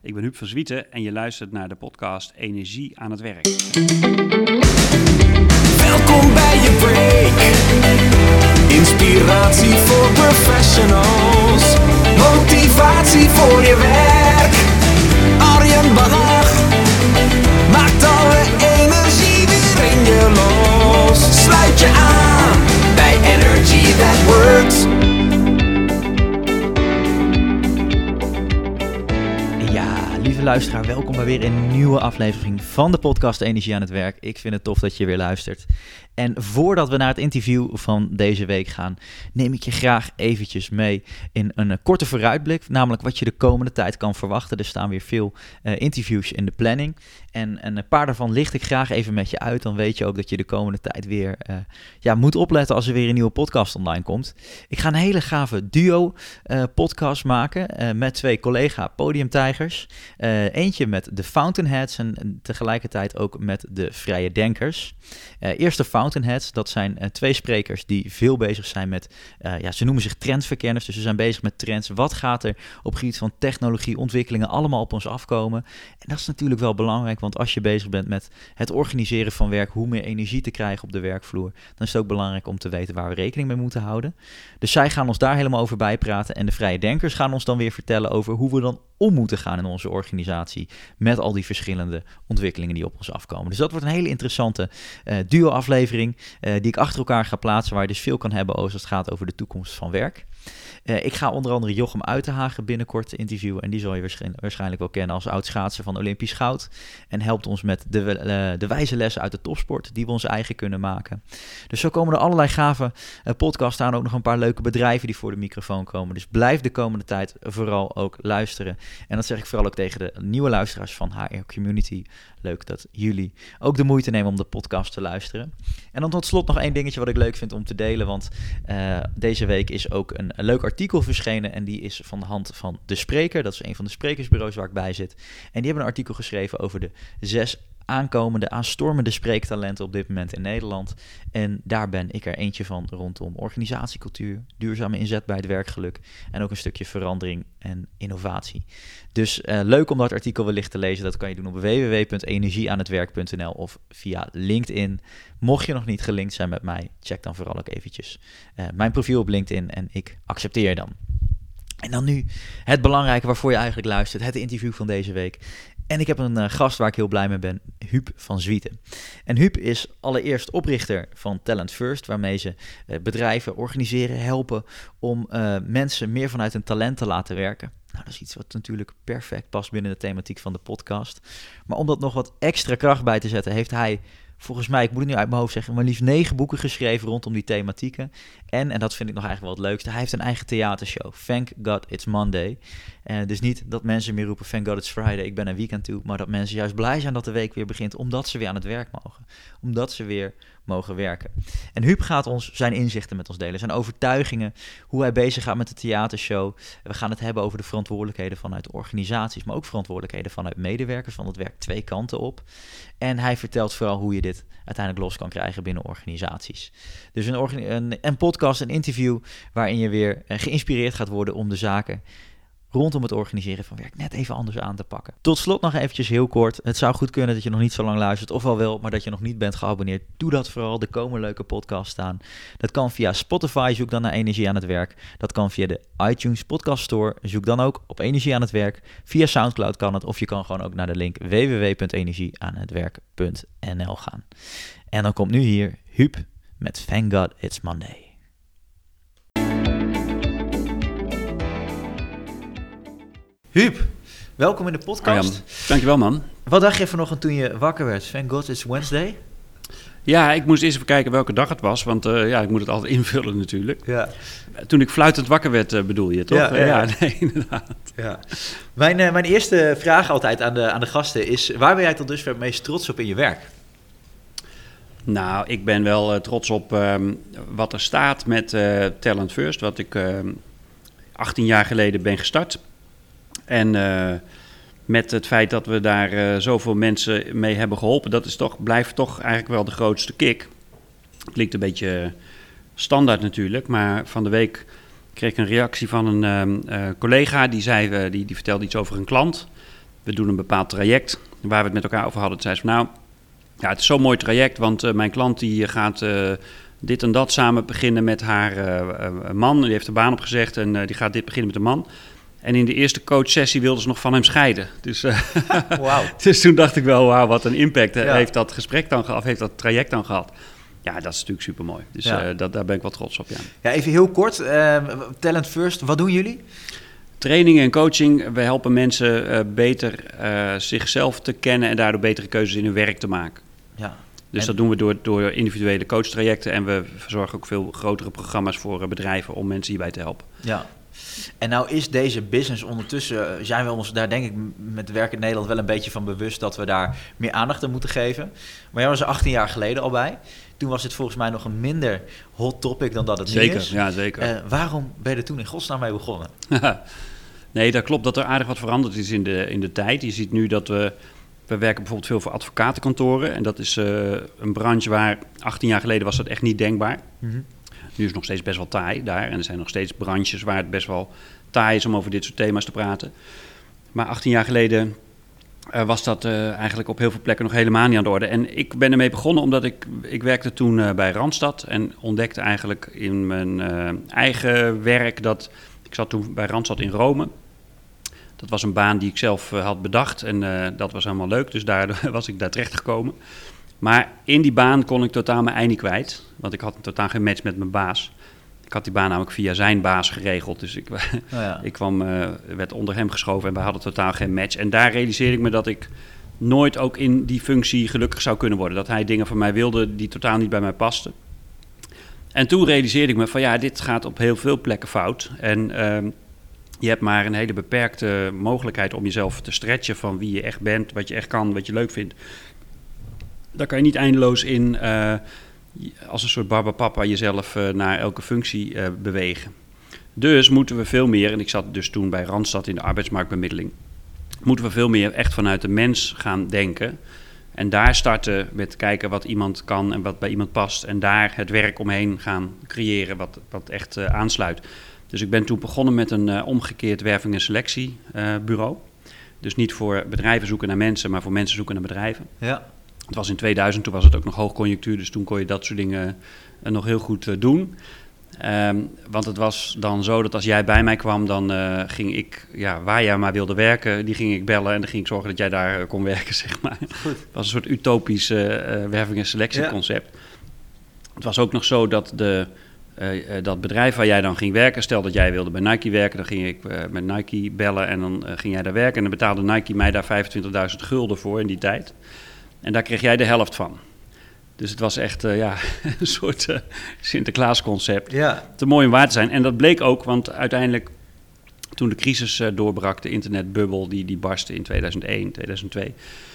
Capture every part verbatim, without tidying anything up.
Ik ben Huub van Zwieten en je luistert naar de podcast Energie aan het werk. Welkom bij je break. Inspiratie voor professionals. Motivatie voor je werk. Arjen Bach maakt alle energie weer in je los. Sluit je aan bij Energy That Works. Lieve luisteraar, welkom bij weer een nieuwe aflevering van de podcast Energie aan het werk. Ik vind het tof dat je weer luistert. En voordat we naar het interview van deze week gaan, neem ik je graag eventjes mee in een uh, korte vooruitblik, namelijk wat je de komende tijd kan verwachten. Er staan weer veel uh, interviews in de planning en, en een paar daarvan licht ik graag even met je uit. Dan weet je ook dat je de komende tijd weer uh, ja, moet opletten als er weer een nieuwe podcast online komt. Ik ga een hele gave duo uh, podcast maken uh, met twee collega podiumtijgers. Uh, eentje met de Fountainheads en, en tegelijkertijd ook met de Vrije Denkers. Uh, eerst de Fountainheads, dat zijn uh, twee sprekers die veel bezig zijn met, uh, ja, ze noemen zich trendverkenners, dus ze zijn bezig met trends. Wat gaat er op het gebied van technologie, ontwikkelingen allemaal op ons afkomen? En dat is natuurlijk wel belangrijk, want als je bezig bent met het organiseren van werk, hoe meer energie te krijgen op de werkvloer, dan is het ook belangrijk om te weten waar we rekening mee moeten houden. Dus zij gaan ons daar helemaal over bijpraten en de Vrije Denkers gaan ons dan weer vertellen over hoe we dan om moeten gaan in onze organisatie met al die verschillende ontwikkelingen die op ons afkomen. Dus dat wordt een hele interessante uh, duo-aflevering uh, die ik achter elkaar ga plaatsen, waar je dus veel kan hebben als het gaat over de toekomst van werk. Uh, ik ga onder andere Jochem Uitenhagen binnenkort interviewen en die zal je waarschijnlijk, waarschijnlijk wel kennen als oud-schaatser van Olympisch goud en helpt ons met de, uh, de wijze lessen uit de topsport die we ons eigen kunnen maken. Dus zo komen er allerlei gave uh, podcasts aan, ook nog een paar leuke bedrijven die voor de microfoon komen. Dus blijf de komende tijd vooral ook luisteren. En dat zeg ik vooral ook tegen de nieuwe luisteraars van H R Community. Leuk dat jullie ook de moeite nemen om de podcast te luisteren. En dan tot slot nog één dingetje wat ik leuk vind om te delen, want uh, deze week is ook een, een leuk artikel verschenen en die is van de hand van De Spreker. Dat is een van de sprekersbureaus waar ik bij zit. En die hebben een artikel geschreven over de zes aankomende, aanstormende spreektalenten op dit moment in Nederland. En daar ben ik er eentje van rondom organisatiecultuur, duurzame inzet bij het werkgeluk en ook een stukje verandering en innovatie. Dus uh, leuk om dat artikel wellicht te lezen. Dat kan je doen op w w w punt energie aan het werk punt n l of via LinkedIn. Mocht je nog niet gelinkt zijn met mij, check dan vooral ook eventjes uh, mijn profiel op LinkedIn en ik accepteer je dan. En dan nu het belangrijke waarvoor je eigenlijk luistert, het interview van deze week. En ik heb een uh, gast waar ik heel blij mee ben, Huub van Zwieten. En Huub is allereerst oprichter van Talent First, waarmee ze uh, bedrijven organiseren, helpen om uh, mensen meer vanuit hun talent te laten werken. Nou, dat is iets wat natuurlijk perfect past binnen de thematiek van de podcast. Maar om dat nog wat extra kracht bij te zetten, heeft hij volgens mij, ik moet het nu uit mijn hoofd zeggen, maar liefst negen boeken geschreven rondom die thematieken. En, en dat vind ik nog eigenlijk wel het leukste, hij heeft een eigen theatershow. Thank God It's Monday. Uh, dus niet dat mensen meer roepen, thank God It's Friday, ik ben een weekend toe. Maar dat mensen juist blij zijn dat de week weer begint, omdat ze weer aan het werk mogen. Omdat ze weer mogen werken. En Huub gaat ons zijn inzichten met ons delen, zijn overtuigingen, hoe hij bezig gaat met de theatershow. We gaan het hebben over de verantwoordelijkheden vanuit organisaties, maar ook verantwoordelijkheden vanuit medewerkers, want het werkt twee kanten op. En hij vertelt vooral hoe je dit uiteindelijk los kan krijgen binnen organisaties. Dus een, organi- een, een podcast, een interview waarin je weer uh, geïnspireerd gaat worden om de zaken rondom het organiseren van werk net even anders aan te pakken. Tot slot nog eventjes heel kort. Het zou goed kunnen dat je nog niet zo lang luistert, of al wel, maar dat je nog niet bent geabonneerd. Doe dat vooral. Er komen leuke podcasts staan. Dat kan via Spotify, zoek dan naar Energie aan het Werk. Dat kan via de iTunes Podcast Store. Zoek dan ook op Energie aan het Werk. Via Soundcloud kan het, of je kan gewoon ook naar de link w w w punt energie aan het werk punt n l gaan. En dan komt nu hier Huub met Thank God It's Monday. Huub, welkom in de podcast. Arjan, dankjewel man. Wat dacht je vanochtend toen je wakker werd? Thank God It's Wednesday? Ja, ik moest eerst even kijken welke dag het was, want uh, ja, ik moet het altijd invullen natuurlijk. Ja. Toen ik fluitend wakker werd, uh, bedoel je toch? Ja, ja, ja. ja nee, inderdaad. Ja. Mijn, uh, mijn eerste vraag altijd aan de, aan de gasten is, waar ben jij tot dusver het meest trots op in je werk? Nou, ik ben wel uh, trots op um, wat er staat met uh, Talent First, wat ik uh, achttien jaar geleden ben gestart. En uh, met het feit dat we daar uh, zoveel mensen mee hebben geholpen, dat is toch, blijft toch eigenlijk wel de grootste kick. Klinkt een beetje standaard natuurlijk, maar van de week kreeg ik een reactie van een uh, uh, collega die zei, uh, die, die vertelde iets over een klant. we doen een bepaald traject waar we het met elkaar over hadden. Toen zei ze van, nou, ja, het is zo'n mooi traject, want uh, mijn klant die gaat uh, dit en dat samen beginnen met haar uh, man. Die heeft de baan opgezegd en uh, die gaat dit beginnen met de man. En in de eerste coachsessie wilden ze nog van hem scheiden. Dus, uh, wow. dus toen dacht ik wel, wauw, wat een impact ja. heeft dat gesprek dan gehad, heeft dat traject dan gehad. Ja, dat is natuurlijk super mooi. Dus ja. uh, dat, daar ben ik wel trots op. Ja, ja even heel kort. Uh, Talent First, wat doen jullie? Training en coaching. We helpen mensen uh, beter uh, zichzelf te kennen en daardoor betere keuzes in hun werk te maken. Ja. Dus en... dat doen we door, door individuele coachtrajecten. En we verzorgen ook veel grotere programma's voor uh, bedrijven om mensen hierbij te helpen. Ja. En nou is deze business ondertussen, zijn we ons daar denk ik met Werk in Nederland wel een beetje van bewust dat we daar meer aandacht aan moeten geven. Maar jij was er achttien jaar geleden al bij. Toen was het volgens mij nog een minder hot topic dan dat het zeker, nu is. Ja, zeker. Uh, waarom ben je er toen in godsnaam mee begonnen? Nee, dat klopt dat er aardig wat veranderd is in de, in de tijd. Je ziet nu dat we, we werken bijvoorbeeld veel voor advocatenkantoren. En dat is uh, een branche waar achttien jaar geleden was dat echt niet denkbaar. Mm-hmm. Nu is het nog steeds best wel taai daar. En er zijn nog steeds branches waar het best wel taai is om over dit soort thema's te praten. Maar achttien jaar geleden uh, was dat uh, eigenlijk op heel veel plekken nog helemaal niet aan de orde. En ik ben ermee begonnen omdat ik, ik werkte toen uh, bij Randstad. En ontdekte eigenlijk in mijn uh, eigen werk dat... Ik zat toen bij Randstad in Rome. Dat was een baan die ik zelf uh, had bedacht. En uh, dat was helemaal leuk. Dus daar was ik daar terecht gekomen. Maar in die baan kon ik totaal mijn ei niet kwijt. Want ik had totaal geen match met mijn baas. Ik had die baan namelijk via zijn baas geregeld. Dus ik, oh ja. ik kwam, uh, werd onder hem geschoven en we hadden totaal geen match. En daar realiseerde ik me dat ik nooit ook in die functie gelukkig zou kunnen worden. Dat hij dingen van mij wilde die totaal niet bij mij pasten. En toen realiseerde ik me van ja, dit gaat op heel veel plekken fout. En uh, je hebt maar een hele beperkte mogelijkheid om jezelf te stretchen van wie je echt bent, wat je echt kan, wat je leuk vindt. Daar kan je niet eindeloos in uh, als een soort barbapapa jezelf uh, naar elke functie uh, bewegen. Dus moeten we veel meer, en ik zat dus toen bij Randstad in de arbeidsmarktbemiddeling, moeten we veel meer echt vanuit de mens gaan denken. En daar starten met kijken wat iemand kan en wat bij iemand past. En daar het werk omheen gaan creëren wat, wat echt uh, aansluit. Dus ik ben toen begonnen met een uh, omgekeerd werving- en selectiebureau. Uh, dus niet voor bedrijven zoeken naar mensen, maar voor mensen zoeken naar bedrijven. Ja. Het was in tweeduizend, toen was het ook nog hoogconjunctuur. Dus toen kon je dat soort dingen uh, nog heel goed uh, doen. Um, want het was dan zo dat als jij bij mij kwam, dan uh, ging ik, ja, waar jij maar wilde werken, die ging ik bellen en dan ging ik zorgen dat jij daar uh, kon werken, zeg maar. Goed. Het was een soort utopisch uh, uh, werving- en selectieconcept. Ja. Het was ook nog zo dat de, uh, uh, dat bedrijf waar jij dan ging werken, stel dat jij wilde bij Nike werken, dan ging ik uh, met Nike bellen en dan uh, ging jij daar werken en dan betaalde Nike mij daar vijfentwintigduizend gulden voor in die tijd. En daar kreeg jij de helft van. Dus het was echt uh, ja, een soort uh, Sinterklaas-concept. Ja. Te mooi om waar te zijn. En dat bleek ook, want uiteindelijk toen de crisis uh, doorbrak, de internetbubbel, die, die barstte in tweeduizend één, tweeduizend twee.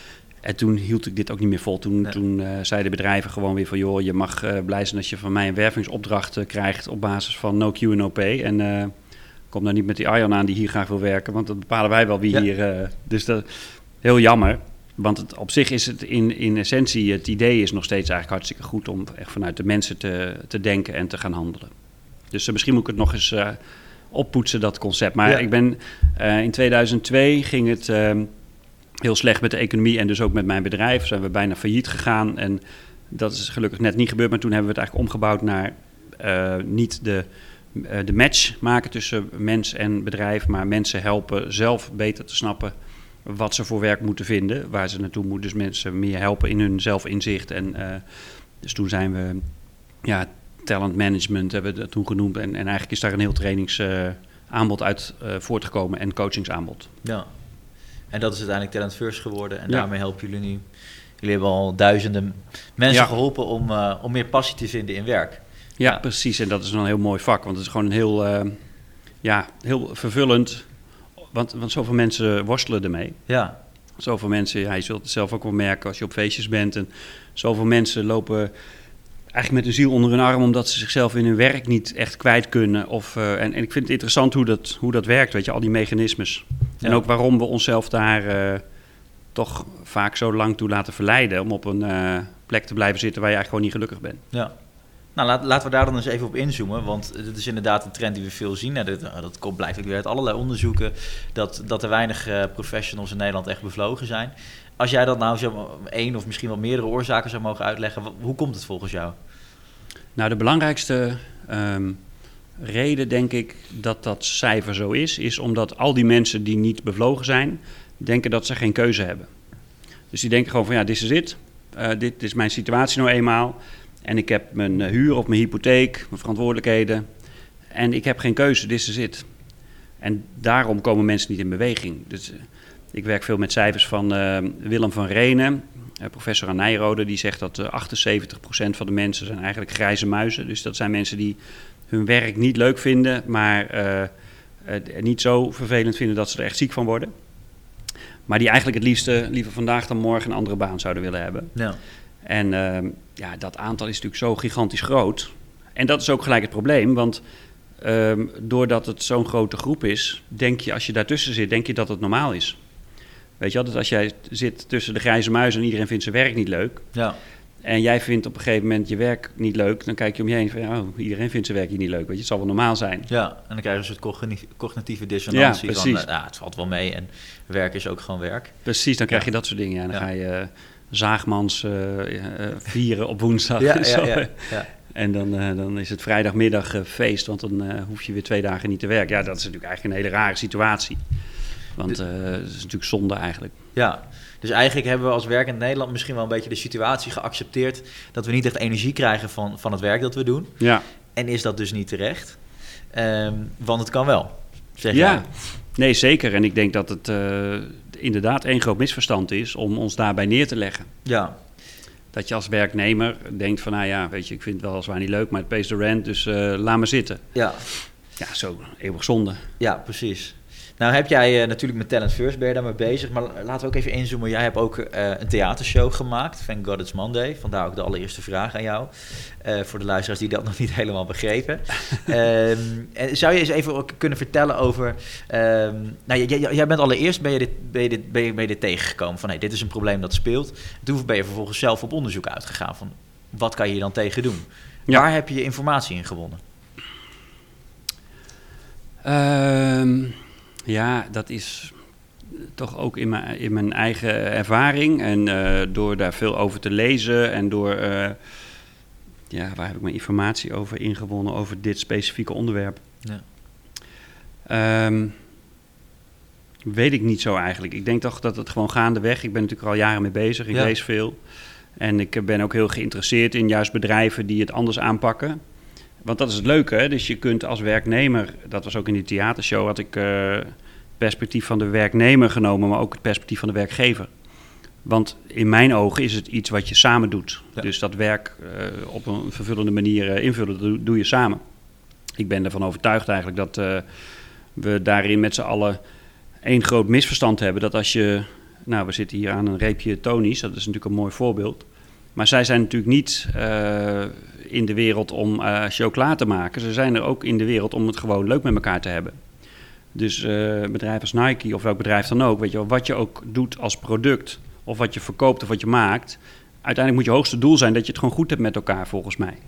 En toen hield ik dit ook niet meer vol. Toen, ja. toen uh, zeiden bedrijven gewoon weer van, joh, je mag uh, blij zijn als je van mij een wervingsopdracht uh, krijgt op basis van no Q en no pay. En uh, kom nou niet met die Arjan aan die hier graag wil werken, want dat bepalen wij wel wie ja. hier... Uh, dus dat heel jammer. Want het, op zich is het in, in essentie, het idee is nog steeds eigenlijk hartstikke goed om echt vanuit de mensen te, te denken en te gaan handelen. Dus uh, misschien moet ik het nog eens uh, oppoetsen, dat concept. Maar ja. ik ben uh, in tweeduizend twee ging het uh, heel slecht met de economie en dus ook met mijn bedrijf. Zijn we bijna failliet gegaan en dat is gelukkig net niet gebeurd. Maar toen hebben we het eigenlijk omgebouwd naar uh, niet de, uh, de match maken tussen mens en bedrijf, maar mensen helpen zelf beter te snappen wat ze voor werk moeten vinden, waar ze naartoe moeten. Dus mensen meer helpen in hun zelfinzicht. En uh, dus toen zijn we, ja, talent management hebben we dat toen genoemd. En, en eigenlijk is daar een heel trainingsaanbod uh, uit uh, voortgekomen en coachingsaanbod. Ja, en dat is uiteindelijk Talent First geworden. En ja. daarmee helpen jullie nu. Jullie hebben al duizenden mensen ja. geholpen om, uh, om meer passie te vinden in werk. Ja, ja, precies. En dat is een heel mooi vak, want het is gewoon een heel, uh, ja, heel vervullend. Want, want zoveel mensen worstelen ermee. Ja. Zoveel mensen, ja, je zult het zelf ook wel merken als je op feestjes bent. En zoveel mensen lopen eigenlijk met een ziel onder hun arm omdat ze zichzelf in hun werk niet echt kwijt kunnen. Of, uh, en, en ik vind het interessant hoe dat, hoe dat werkt, weet je, al die mechanismes. Ja. En ook waarom we onszelf daar uh, toch vaak zo lang toe laten verleiden om op een uh, plek te blijven zitten waar je eigenlijk gewoon niet gelukkig bent. Ja. Nou, laat, laten we daar dan eens even op inzoomen, want dit is inderdaad een trend die we veel zien. Dat, dat komt, blijkt ook weer uit allerlei onderzoeken, dat, dat er weinig uh, professionals in Nederland echt bevlogen zijn. Als jij dat nou zo één of misschien wel meerdere oorzaken zou mogen uitleggen, hoe komt het volgens jou? Nou, de belangrijkste um, reden, denk ik, dat dat cijfer zo is, is omdat al die mensen die niet bevlogen zijn, denken dat ze geen keuze hebben. Dus die denken gewoon van, ja, dit is het. Uh, dit is mijn situatie nou eenmaal. En ik heb mijn uh, huur of mijn hypotheek, mijn verantwoordelijkheden. En ik heb geen keuze, dit is het. En daarom komen mensen niet in beweging. Dus, uh, ik werk veel met cijfers van uh, Willem van Renen, uh, professor aan Nijrode. Die zegt dat uh, achtenzeventig procent van de mensen zijn eigenlijk grijze muizen. Dus dat zijn mensen die hun werk niet leuk vinden, maar uh, uh, niet zo vervelend vinden dat ze er echt ziek van worden. Maar die eigenlijk het liefste, liever vandaag dan morgen een andere baan zouden willen hebben. Ja. En uh, ja, dat aantal is natuurlijk zo gigantisch groot. En dat is ook gelijk het probleem, want um, doordat het zo'n grote groep is, denk je, als je daartussen zit, denk je dat het normaal is. Weet je wel, dat als jij zit tussen de grijze muizen en iedereen vindt zijn werk niet leuk. Ja. En jij vindt op een gegeven moment je werk niet leuk, dan kijk je om je heen van, ja, oh, iedereen vindt zijn werk hier niet leuk. Weet je, het zal wel normaal zijn. Ja, en dan krijg je een soort cognitieve, cognitieve dissonantie. Ja, precies. Van, uh, ja, het valt wel mee en werk is ook gewoon werk. Precies, dan krijg ja. je dat soort dingen. Ja. Dan ja. ga je uh, zaagmans uh, uh, vieren op woensdag. Ja, en, zo. ja, ja, ja. En dan, uh, dan is het vrijdagmiddag uh, feest, want dan uh, hoef je weer twee dagen niet te werken. Ja, dat is natuurlijk eigenlijk een hele rare situatie. Want uh, dat is natuurlijk zonde eigenlijk. Ja, dus eigenlijk hebben we als werkend Nederland misschien wel een beetje de situatie geaccepteerd dat we niet echt energie krijgen van, van het werk dat we doen. Ja. En is dat dus niet terecht? Um, want het kan wel, zeg ja. jij. Nee, zeker. En ik denk dat het uh, inderdaad één groot misverstand is om ons daarbij neer te leggen. Ja. Dat je als werknemer denkt van, nou ja, weet je, ik vind het wel zwaar niet leuk, maar het pays the rent, dus uh, laat me zitten. Ja. Ja, zo eeuwig zonde. Ja, precies. Nou heb jij uh, natuurlijk met Talent First ben je daarmee bezig, maar laten we ook even inzoomen. Jij hebt ook uh, een theatershow gemaakt, Thank God It's Monday. Vandaar ook de allereerste vraag aan jou, uh, voor de luisteraars die dat nog niet helemaal begrepen. um, en zou je eens even kunnen vertellen over, um, nou, j- j- jij bent allereerst, ben je dit, ben je dit, ben je, ben je dit tegengekomen van hey, dit is een probleem dat speelt. Toen ben je vervolgens zelf op onderzoek uitgegaan van wat kan je hier dan tegen doen? Ja. Waar heb je je informatie in gewonnen? Um... Ja, dat is toch ook in mijn, in mijn eigen ervaring. En uh, door daar veel over te lezen en door... Uh, ja, waar heb ik mijn informatie over ingewonnen, over dit specifieke onderwerp? Ja. Um, weet ik niet zo eigenlijk. Ik denk toch dat het gewoon gaandeweg... Ik ben natuurlijk al jaren mee bezig, ik ja. lees veel. En ik ben ook heel geïnteresseerd in juist bedrijven die het anders aanpakken. Want dat is het leuke, hè? Dus je kunt als werknemer, dat was ook in die theatershow, had ik uh, het perspectief van de werknemer genomen, maar ook het perspectief van de werkgever. Want in mijn ogen is het iets wat je samen doet. Ja. Dus dat werk uh, op een vervullende manier uh, invullen, dat doe je samen. Ik ben ervan overtuigd eigenlijk dat uh, we daarin met z'n allen één groot misverstand hebben. Dat als je, nou we zitten hier aan een reepje Tony's, dat is natuurlijk een mooi voorbeeld. Maar zij zijn natuurlijk niet uh, in de wereld om uh, chocola te maken. Ze zijn er ook in de wereld om het gewoon leuk met elkaar te hebben. Dus uh, bedrijven als Nike of welk bedrijf dan ook, weet je wel, wat je ook doet als product of wat je verkoopt of wat je maakt, uiteindelijk moet je hoogste doel zijn dat je het gewoon goed hebt met elkaar, volgens mij.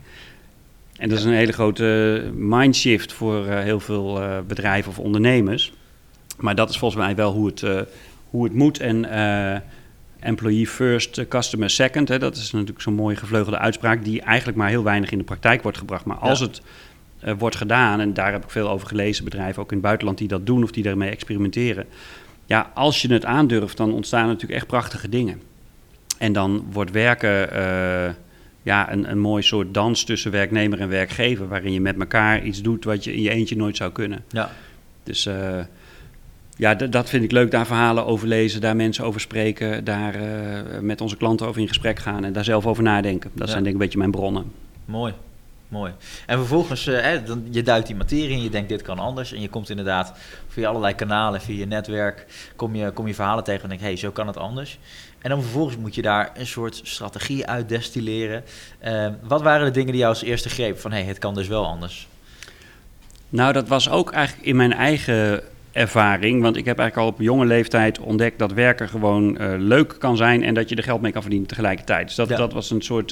En dat is een hele grote mindshift voor uh, heel veel uh, bedrijven of ondernemers. Maar dat is volgens mij wel hoe het, uh, hoe het moet. En uh, employee first, customer second. Hè, dat is natuurlijk zo'n mooie gevleugelde uitspraak die eigenlijk maar heel weinig in de praktijk wordt gebracht. Maar als ja. het uh, wordt gedaan, en daar heb ik veel over gelezen, bedrijven ook in het buitenland die dat doen of die daarmee experimenteren. Ja, als je het aandurft, dan ontstaan natuurlijk echt prachtige dingen. En dan wordt werken uh, ja, een, een mooi soort dans tussen werknemer en werkgever, waarin je met elkaar iets doet wat je in je eentje nooit zou kunnen. Ja. Dus uh, ja, d- dat vind ik leuk, daar verhalen over lezen, daar mensen over spreken, daar uh, met onze klanten over in gesprek gaan en daar zelf over nadenken. Dat ja. zijn denk ik een beetje mijn bronnen. Mooi. Mooi. En vervolgens, uh, hè, dan, je duikt die materie in, je denkt dit kan anders. En je komt inderdaad via allerlei kanalen, via je netwerk, kom je, kom je verhalen tegen en denk hé, hey, zo kan het anders. En dan vervolgens moet je daar een soort strategie uit destilleren. Uh, wat waren de dingen die jou als eerste greep van hé, hey, het kan dus wel anders? Nou, dat was ook eigenlijk in mijn eigen ervaring. Want ik heb eigenlijk al op jonge leeftijd ontdekt dat werken gewoon uh, leuk kan zijn en dat je er geld mee kan verdienen tegelijkertijd. Dus dat, ja. dat was een soort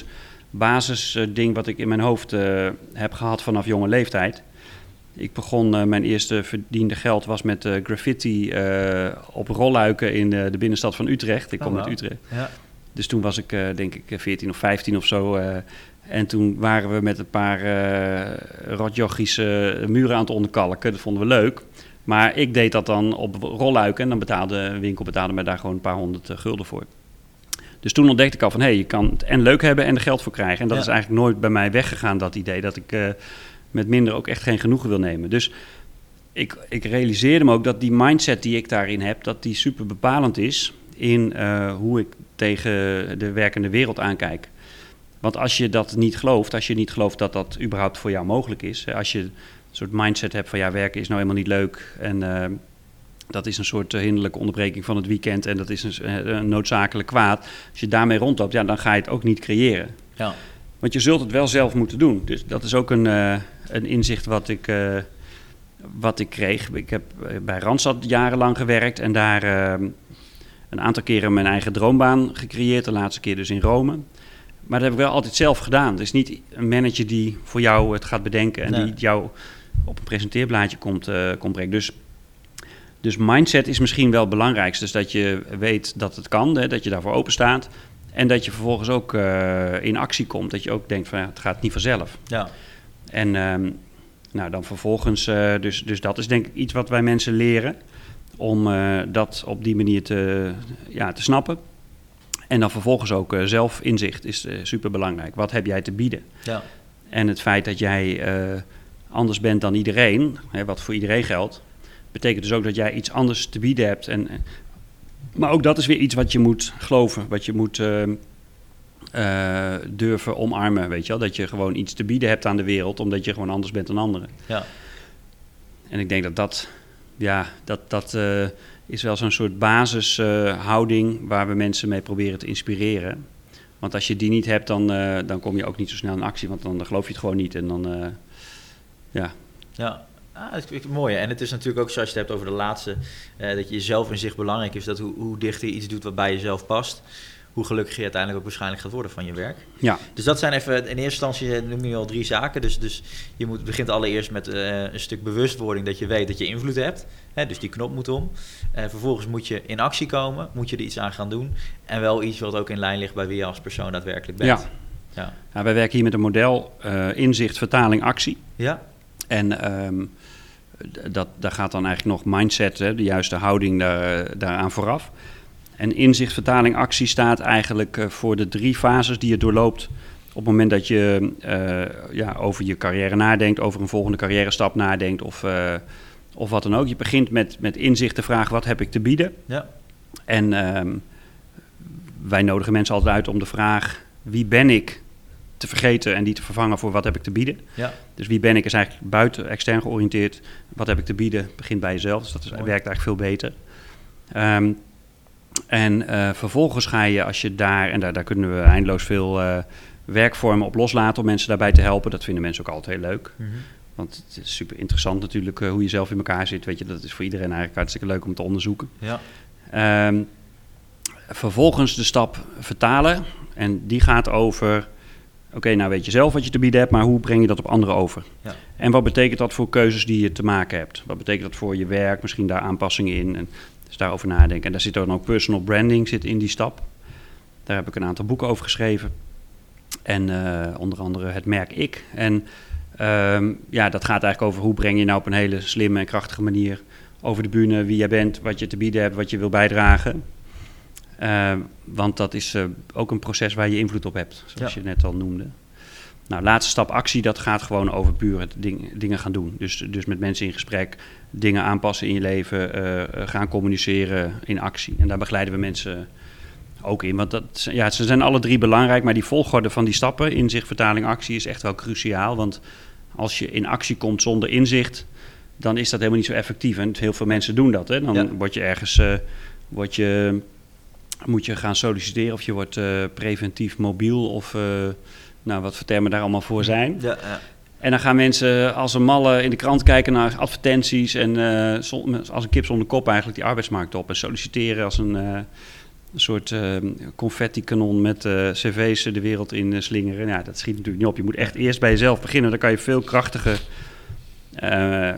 basisding uh, wat ik in mijn hoofd uh, heb gehad vanaf jonge leeftijd. Ik begon, uh, mijn eerste verdiende geld was met uh, graffiti uh, op rolluiken in uh, de binnenstad van Utrecht. Ik kom oh, uit wow. Utrecht. Ja. Dus toen was ik uh, denk ik veertien of vijftien of zo. Uh, en toen waren we met een paar uh, rotjochies uh, muren aan het onderkalken. Dat vonden we leuk. Maar ik deed dat dan op rolluiken en dan betaalde een winkel betaalde mij daar gewoon een paar honderd uh, gulden voor. Dus toen ontdekte ik al van, hé, hey, je kan het en leuk hebben en er geld voor krijgen. En dat ja. is eigenlijk nooit bij mij weggegaan, dat idee, dat ik uh, met minder ook echt geen genoegen wil nemen. Dus ik, ik realiseerde me ook dat die mindset die ik daarin heb, dat die super bepalend is in uh, hoe ik tegen de werkende wereld aankijk. Want als je dat niet gelooft, als je niet gelooft dat dat überhaupt voor jou mogelijk is, als je een soort mindset hebt van, ja, werken is nou helemaal niet leuk en uh, dat is een soort uh, hinderlijke onderbreking van het weekend en dat is een, een noodzakelijk kwaad. Als je daarmee rondloopt, ja, dan ga je het ook niet creëren. Ja. Want je zult het wel zelf moeten doen. Dus dat is ook een, uh, een inzicht wat ik, uh, wat ik kreeg. Ik heb bij Randstad jarenlang gewerkt en daar uh, een aantal keren mijn eigen droombaan gecreëerd. De laatste keer dus in Rome. Maar dat heb ik wel altijd zelf gedaan. Er is niet een manager die voor jou het gaat bedenken en nee. die jou op een presenteerblaadje komt, uh, komt brengen. Dus, dus mindset is misschien wel het belangrijkste. Dus dat je weet dat het kan, hè, dat je daarvoor open staat. En dat je vervolgens ook uh, in actie komt. Dat je ook denkt van ja, het gaat niet vanzelf. Ja. En um, nou, dan vervolgens, uh, dus, dus dat is denk ik iets wat wij mensen leren. Om uh, dat op die manier te, ja, te snappen. En dan vervolgens ook uh, zelfinzicht is uh, super belangrijk. Wat heb jij te bieden? Ja. En het feit dat jij uh, anders bent dan iedereen, hè, wat voor iedereen geldt, betekent dus ook dat jij iets anders te bieden hebt. En, maar ook dat is weer iets wat je moet geloven, wat je moet uh, uh, durven omarmen, weet je wel? Dat je gewoon iets te bieden hebt aan de wereld, omdat je gewoon anders bent dan anderen. Ja. En ik denk dat dat, ja, dat, dat uh, is wel zo'n soort basishouding uh, waar we mensen mee proberen te inspireren. Want als je die niet hebt, dan, uh, dan kom je ook niet zo snel in actie, want dan geloof je het gewoon niet. En dan, uh, ja... Ja. Ah, dat is mooi. En het is natuurlijk ook zoals je het hebt over de laatste, uh, dat je jezelf in zich belangrijk is, dat hoe, hoe dichter je iets doet wat bij jezelf past, hoe gelukkig je uiteindelijk ook waarschijnlijk gaat worden van je werk. Ja. Dus dat zijn even, in eerste instantie noem je al drie zaken. Dus, dus je moet, begint allereerst met uh, een stuk bewustwording dat je weet dat je invloed hebt. Hè, dus die knop moet om. Uh, vervolgens moet je in actie komen, moet je er iets aan gaan doen. En wel iets wat ook in lijn ligt bij wie je als persoon daadwerkelijk bent. Ja. Ja. Ja, wij werken hier met een model uh, inzicht, vertaling, actie. Ja. En um, dat, daar gaat dan eigenlijk nog mindset, hè, de juiste houding daar, daaraan vooraf. En inzicht, vertaling, actie staat eigenlijk uh, voor de drie fases die je doorloopt op het moment dat je uh, ja, over je carrière nadenkt, over een volgende carrière stap nadenkt of, uh, of wat dan ook. Je begint met, met inzicht te vragen, wat heb ik te bieden? Ja. En um, wij nodigen mensen altijd uit om de vraag, wie ben ik, te vergeten en die te vervangen voor wat heb ik te bieden. Ja. Dus wie ben ik is eigenlijk buiten extern georiënteerd. Wat heb ik te bieden begint bij jezelf. Dus dat is, werkt eigenlijk veel beter. Um, en uh, vervolgens ga je, als je daar, en daar, daar kunnen we eindeloos veel uh, werkvormen op loslaten om mensen daarbij te helpen. Dat vinden mensen ook altijd heel leuk. Mm-hmm. Want het is super interessant natuurlijk uh, hoe je zelf in elkaar zit. Weet je, dat is voor iedereen eigenlijk hartstikke leuk om te onderzoeken. Ja. Um, vervolgens de stap vertalen. En die gaat over, oké, okay, nou weet je zelf wat je te bieden hebt, maar hoe breng je dat op anderen over? Ja. En wat betekent dat voor keuzes die je te maken hebt? Wat betekent dat voor je werk? Misschien daar aanpassingen in. En dus daarover nadenken. En daar zit dan ook personal branding zit in die stap. Daar heb ik een aantal boeken over geschreven. En uh, onder andere het merk Ik. En um, ja, dat gaat eigenlijk over hoe breng je nou op een hele slimme en krachtige manier over de bühne wie jij bent, wat je te bieden hebt, wat je wil bijdragen. Uh, want dat is uh, ook een proces waar je invloed op hebt, zoals ja. je net al noemde. Nou, laatste stap actie, dat gaat gewoon over puur het ding, dingen gaan doen. Dus, dus met mensen in gesprek, dingen aanpassen in je leven, uh, gaan communiceren in actie. En daar begeleiden we mensen ook in. Want dat, ja, ze zijn alle drie belangrijk, maar die volgorde van die stappen, inzicht, vertaling, actie, is echt wel cruciaal. Want als je in actie komt zonder inzicht, dan is dat helemaal niet zo effectief. En heel veel mensen doen dat. Hè? Dan ja. word je ergens, uh, word je, moet je gaan solliciteren of je wordt uh, preventief mobiel of... Uh, Nou, wat voor termen daar allemaal voor zijn. Ja, ja. En dan gaan mensen als een malle in de krant kijken naar advertenties en uh, als een kip zonder kop eigenlijk die arbeidsmarkt op. En solliciteren als een, uh, een soort uh, confetti-kanon met uh, cv's de wereld in uh, slingeren. Ja, dat schiet natuurlijk niet op. Je moet echt eerst bij jezelf beginnen. Dan kan je veel krachtiger uh,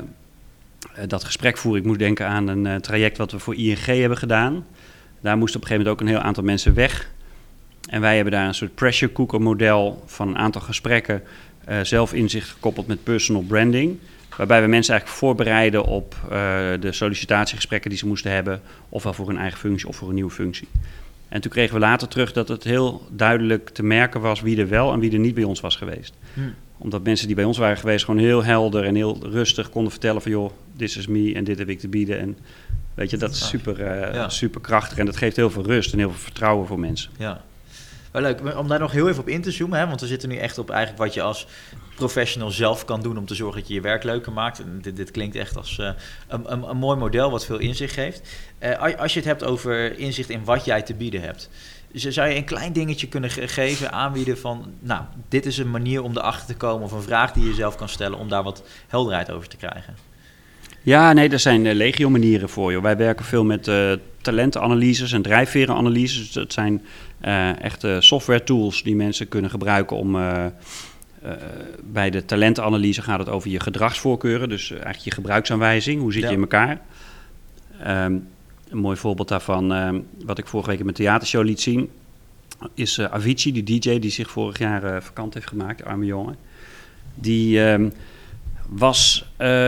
dat gesprek voeren. Ik moet denken aan een uh, traject wat we voor I N G hebben gedaan. Daar moesten op een gegeven moment ook een heel aantal mensen weg. En wij hebben daar een soort pressure cooker model van een aantal gesprekken, uh, zelfinzicht gekoppeld met personal branding. Waarbij we mensen eigenlijk voorbereiden op uh, de sollicitatiegesprekken die ze moesten hebben, ofwel voor hun eigen functie of voor een nieuwe functie. En toen kregen we later terug dat het heel duidelijk te merken was wie er wel en wie er niet bij ons was geweest. Hmm. Omdat mensen die bij ons waren geweest gewoon heel helder en heel rustig konden vertellen van joh, this is me en dit heb ik te bieden. En weet je, dat is super, uh, ja. super krachtig en dat geeft heel veel rust en heel veel vertrouwen voor mensen. Ja. Wel leuk, om daar nog heel even op in te zoomen, hè? Want we zitten nu echt op eigenlijk wat je als professional zelf kan doen om te zorgen dat je je werk leuker maakt. En dit, dit klinkt echt als uh, een, een, een mooi model wat veel inzicht geeft. Uh, als je het hebt over inzicht in wat jij te bieden hebt, zou je een klein dingetje kunnen ge- geven, aanbieden van, nou, dit is een manier om erachter te komen of een vraag die je zelf kan stellen om daar wat helderheid over te krijgen? Ja, nee, er zijn uh, legio manieren voor. Joh. Wij werken veel met uh, talentenanalyses en drijfverenanalyses. Dus dat zijn uh, echte software tools die mensen kunnen gebruiken om Uh, Uh, bij de talentenanalyse gaat het over je gedragsvoorkeuren, dus uh, eigenlijk je gebruiksaanwijzing. Hoe zit ja. je in elkaar? Um, een mooi voorbeeld daarvan, uh, wat ik vorige week in mijn theatershow liet zien, is uh, Avicii, die D J die zich vorig jaar uh, vakant heeft gemaakt, de arme jongen. Die um, was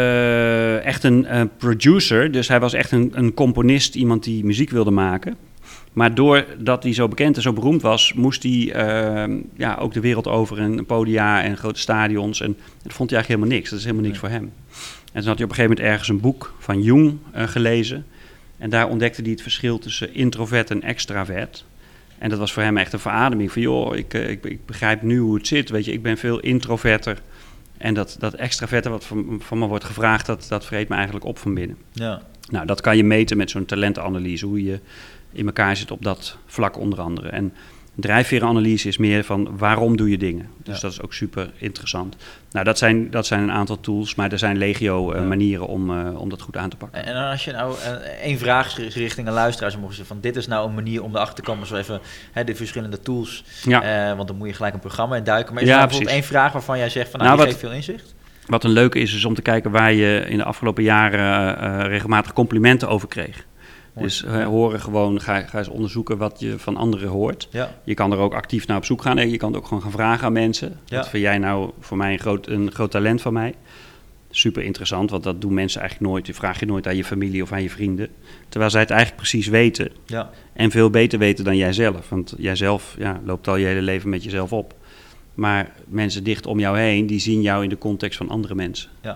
uh, echt een uh, producer, dus hij was echt een, een componist, iemand die muziek wilde maken. Maar doordat hij zo bekend en zo beroemd was, moest hij uh, ja, ook de wereld over en podia en grote stadions. En dat vond hij eigenlijk helemaal niks. Dat is helemaal niks voor hem. En toen had hij op een gegeven moment ergens een boek van Jung uh, gelezen. En daar ontdekte hij het verschil tussen introvert en extravert. En dat was voor hem echt een verademing. Van joh, ik, ik, ik begrijp nu hoe het zit. Weet je, ik ben veel introverter. En dat, dat extraverte wat van, van me wordt gevraagd, dat, dat vreet me eigenlijk op van binnen. Ja. Nou, dat kan je meten met zo'n talentenanalyse. Hoe je in elkaar zit op dat vlak onder andere. En drijfverenanalyse is meer van waarom doe je dingen. Dus ja. dat is ook super interessant. Nou, dat zijn, dat zijn een aantal tools, maar er zijn legio uh, ja. manieren om, uh, om dat goed aan te pakken. En als je nou uh, één vraag richting een luisteraar zou mogen zeggen van dit is nou een manier om erachter te komen, zo even hè, de verschillende tools, ja. uh, want dan moet je gelijk een programma in duiken. Maar is ja, er bijvoorbeeld één vraag waarvan jij zegt van nou, nou die wat, geeft veel inzicht? Wat een leuke is, is om te kijken waar je in de afgelopen jaren uh, regelmatig complimenten over kreeg. Mooi. Dus uh, horen gewoon, ga, ga eens onderzoeken wat je van anderen hoort. Ja. Je kan er ook actief naar op zoek gaan. Je kan het ook gewoon gaan vragen aan mensen. Ja. Wat vind jij nou voor mij een groot, een groot talent van mij? Super interessant, want dat doen mensen eigenlijk nooit. Die vraag je nooit aan je familie of aan je vrienden. Terwijl zij het eigenlijk precies weten. Ja. En veel beter weten dan jijzelf. Want jijzelf ja, loopt al je hele leven met jezelf op. Maar mensen dicht om jou heen, die zien jou in de context van andere mensen. Ja.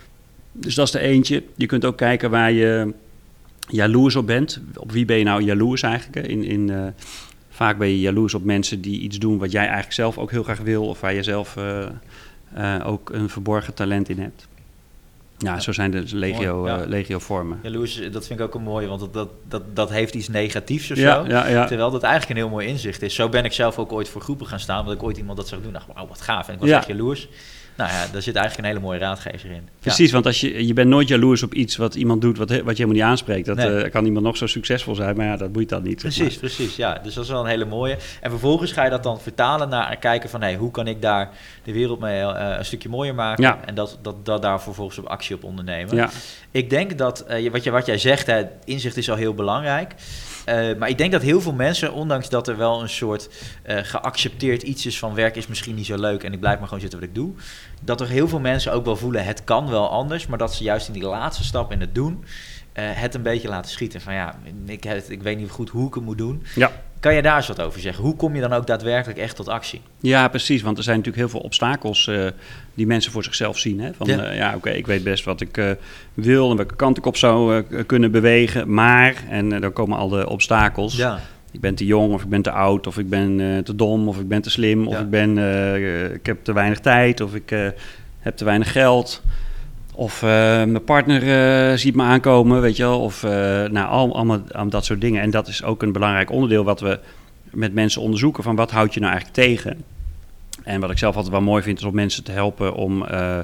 Dus dat is de eentje. Je kunt ook kijken waar je jaloers op bent. Op wie ben je nou jaloers eigenlijk? In, in, uh, vaak ben je jaloers op mensen die iets doen wat jij eigenlijk zelf ook heel graag wil. Of waar je zelf uh, uh, ook een verborgen talent in hebt. Ja, ja. Zo zijn de legio, ja. uh, legio vormen. Jaloers, dat vind ik ook een mooie, want dat, dat, dat, dat heeft iets negatiefs of ja, zo. Ja, ja. Terwijl dat eigenlijk een heel mooi inzicht is. Zo ben ik zelf ook ooit voor groepen gaan staan. Want ik ooit iemand dat zag doen, dacht wauw, wat gaaf. En ik was ja. echt jaloers. Nou ja, daar zit eigenlijk een hele mooie raadgever in. Precies, ja. want als je, je bent nooit jaloers op iets wat iemand doet wat, wat je helemaal niet aanspreekt. Dat nee. uh, kan iemand nog zo succesvol zijn, maar ja, dat boeit dan niet. Precies, zeg maar. precies. Ja, dus dat is wel een hele mooie. En vervolgens ga je dat dan vertalen naar kijken van, hey, hoe kan ik daar de wereld mee uh, een stukje mooier maken? Ja. En dat, dat, dat daar vervolgens op actie op ondernemen. Ja. Ik denk dat, uh, wat, je, wat jij zegt, hè, inzicht is al heel belangrijk. Uh, maar ik denk dat heel veel mensen, ondanks dat er wel een soort uh, geaccepteerd iets is van werk is misschien niet zo leuk en ik blijf maar gewoon zitten wat ik doe, dat er heel veel mensen ook wel voelen het kan wel anders, maar dat ze juist in die laatste stap in het doen uh, het een beetje laten schieten. Van ja, ik, ik weet niet goed hoe ik het moet doen. Ja. Kan je daar eens wat over zeggen? Hoe kom je dan ook daadwerkelijk echt tot actie? Ja, precies. Want er zijn natuurlijk heel veel obstakels uh, die mensen voor zichzelf zien. Hè? Van, ja, uh, ja oké, okay, ik weet best wat ik uh, wil en welke kant ik op zou uh, kunnen bewegen. Maar, en uh, dan komen al de obstakels. Ja. Ik ben te jong of ik ben te oud of ik ben uh, te dom of ik ben te slim. Of ja. ik, ben, uh, ik heb te weinig tijd of ik uh, heb te weinig geld. Of uh, mijn partner uh, ziet me aankomen, weet je wel. Of uh, nou, al, allemaal, allemaal dat soort dingen. En dat is ook een belangrijk onderdeel wat we met mensen onderzoeken. Van wat houd je nou eigenlijk tegen? En wat ik zelf altijd wel mooi vind is om mensen te helpen om uh,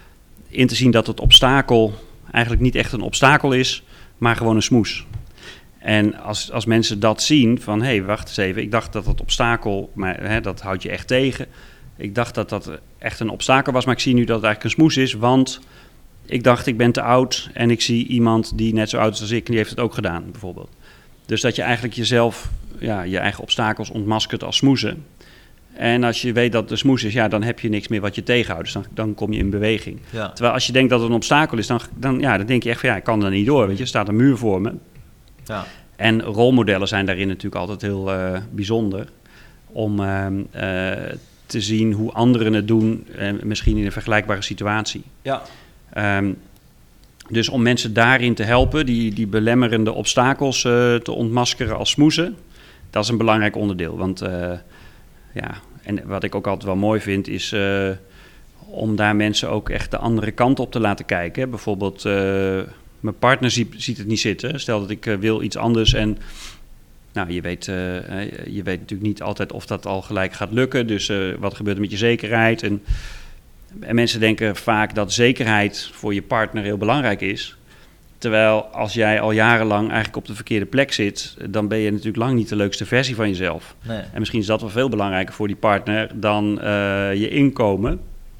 in te zien dat het obstakel eigenlijk niet echt een obstakel is, maar gewoon een smoes. En als, als mensen dat zien, van hé, hey, wacht eens even, ik dacht dat dat obstakel, maar hè, dat houdt je echt tegen. Ik dacht dat dat echt een obstakel was, maar ik zie nu dat het eigenlijk een smoes is, want ik dacht ik ben te oud en ik zie iemand die net zo oud is als ik en die heeft het ook gedaan, bijvoorbeeld. Dus dat je eigenlijk jezelf, ja, je eigen obstakels ontmaskert als smoezen. En als je weet dat het een smoes is, ja, dan heb je niks meer wat je tegenhoudt. Dus dan, dan kom je in beweging. Ja. Terwijl als je denkt dat het een obstakel is, dan, dan, ja, dan denk je echt van ja, ik kan er niet door. Weet je, er staat een muur voor me. Ja. En rolmodellen zijn daarin natuurlijk altijd heel uh, bijzonder. Om uh, uh, te zien hoe anderen het doen, uh, misschien in een vergelijkbare situatie. Ja. Um, dus om mensen daarin te helpen, die, die belemmerende obstakels uh, te ontmaskeren als smoezen, dat is een belangrijk onderdeel. Want uh, ja, en wat ik ook altijd wel mooi vind, is uh, om daar mensen ook echt de andere kant op te laten kijken. Bijvoorbeeld, uh, mijn partner ziet, ziet het niet zitten. Stel dat ik uh, wil iets anders en nou, je weet, uh, je weet natuurlijk niet altijd of dat al gelijk gaat lukken. Dus uh, wat gebeurt er met je zekerheid? En, en mensen denken vaak dat zekerheid voor je partner heel belangrijk is. Terwijl als jij al jarenlang eigenlijk op de verkeerde plek zit, dan ben je natuurlijk lang niet de leukste versie van jezelf. Nee. En misschien is dat wel veel belangrijker voor die partner dan uh, je inkomen.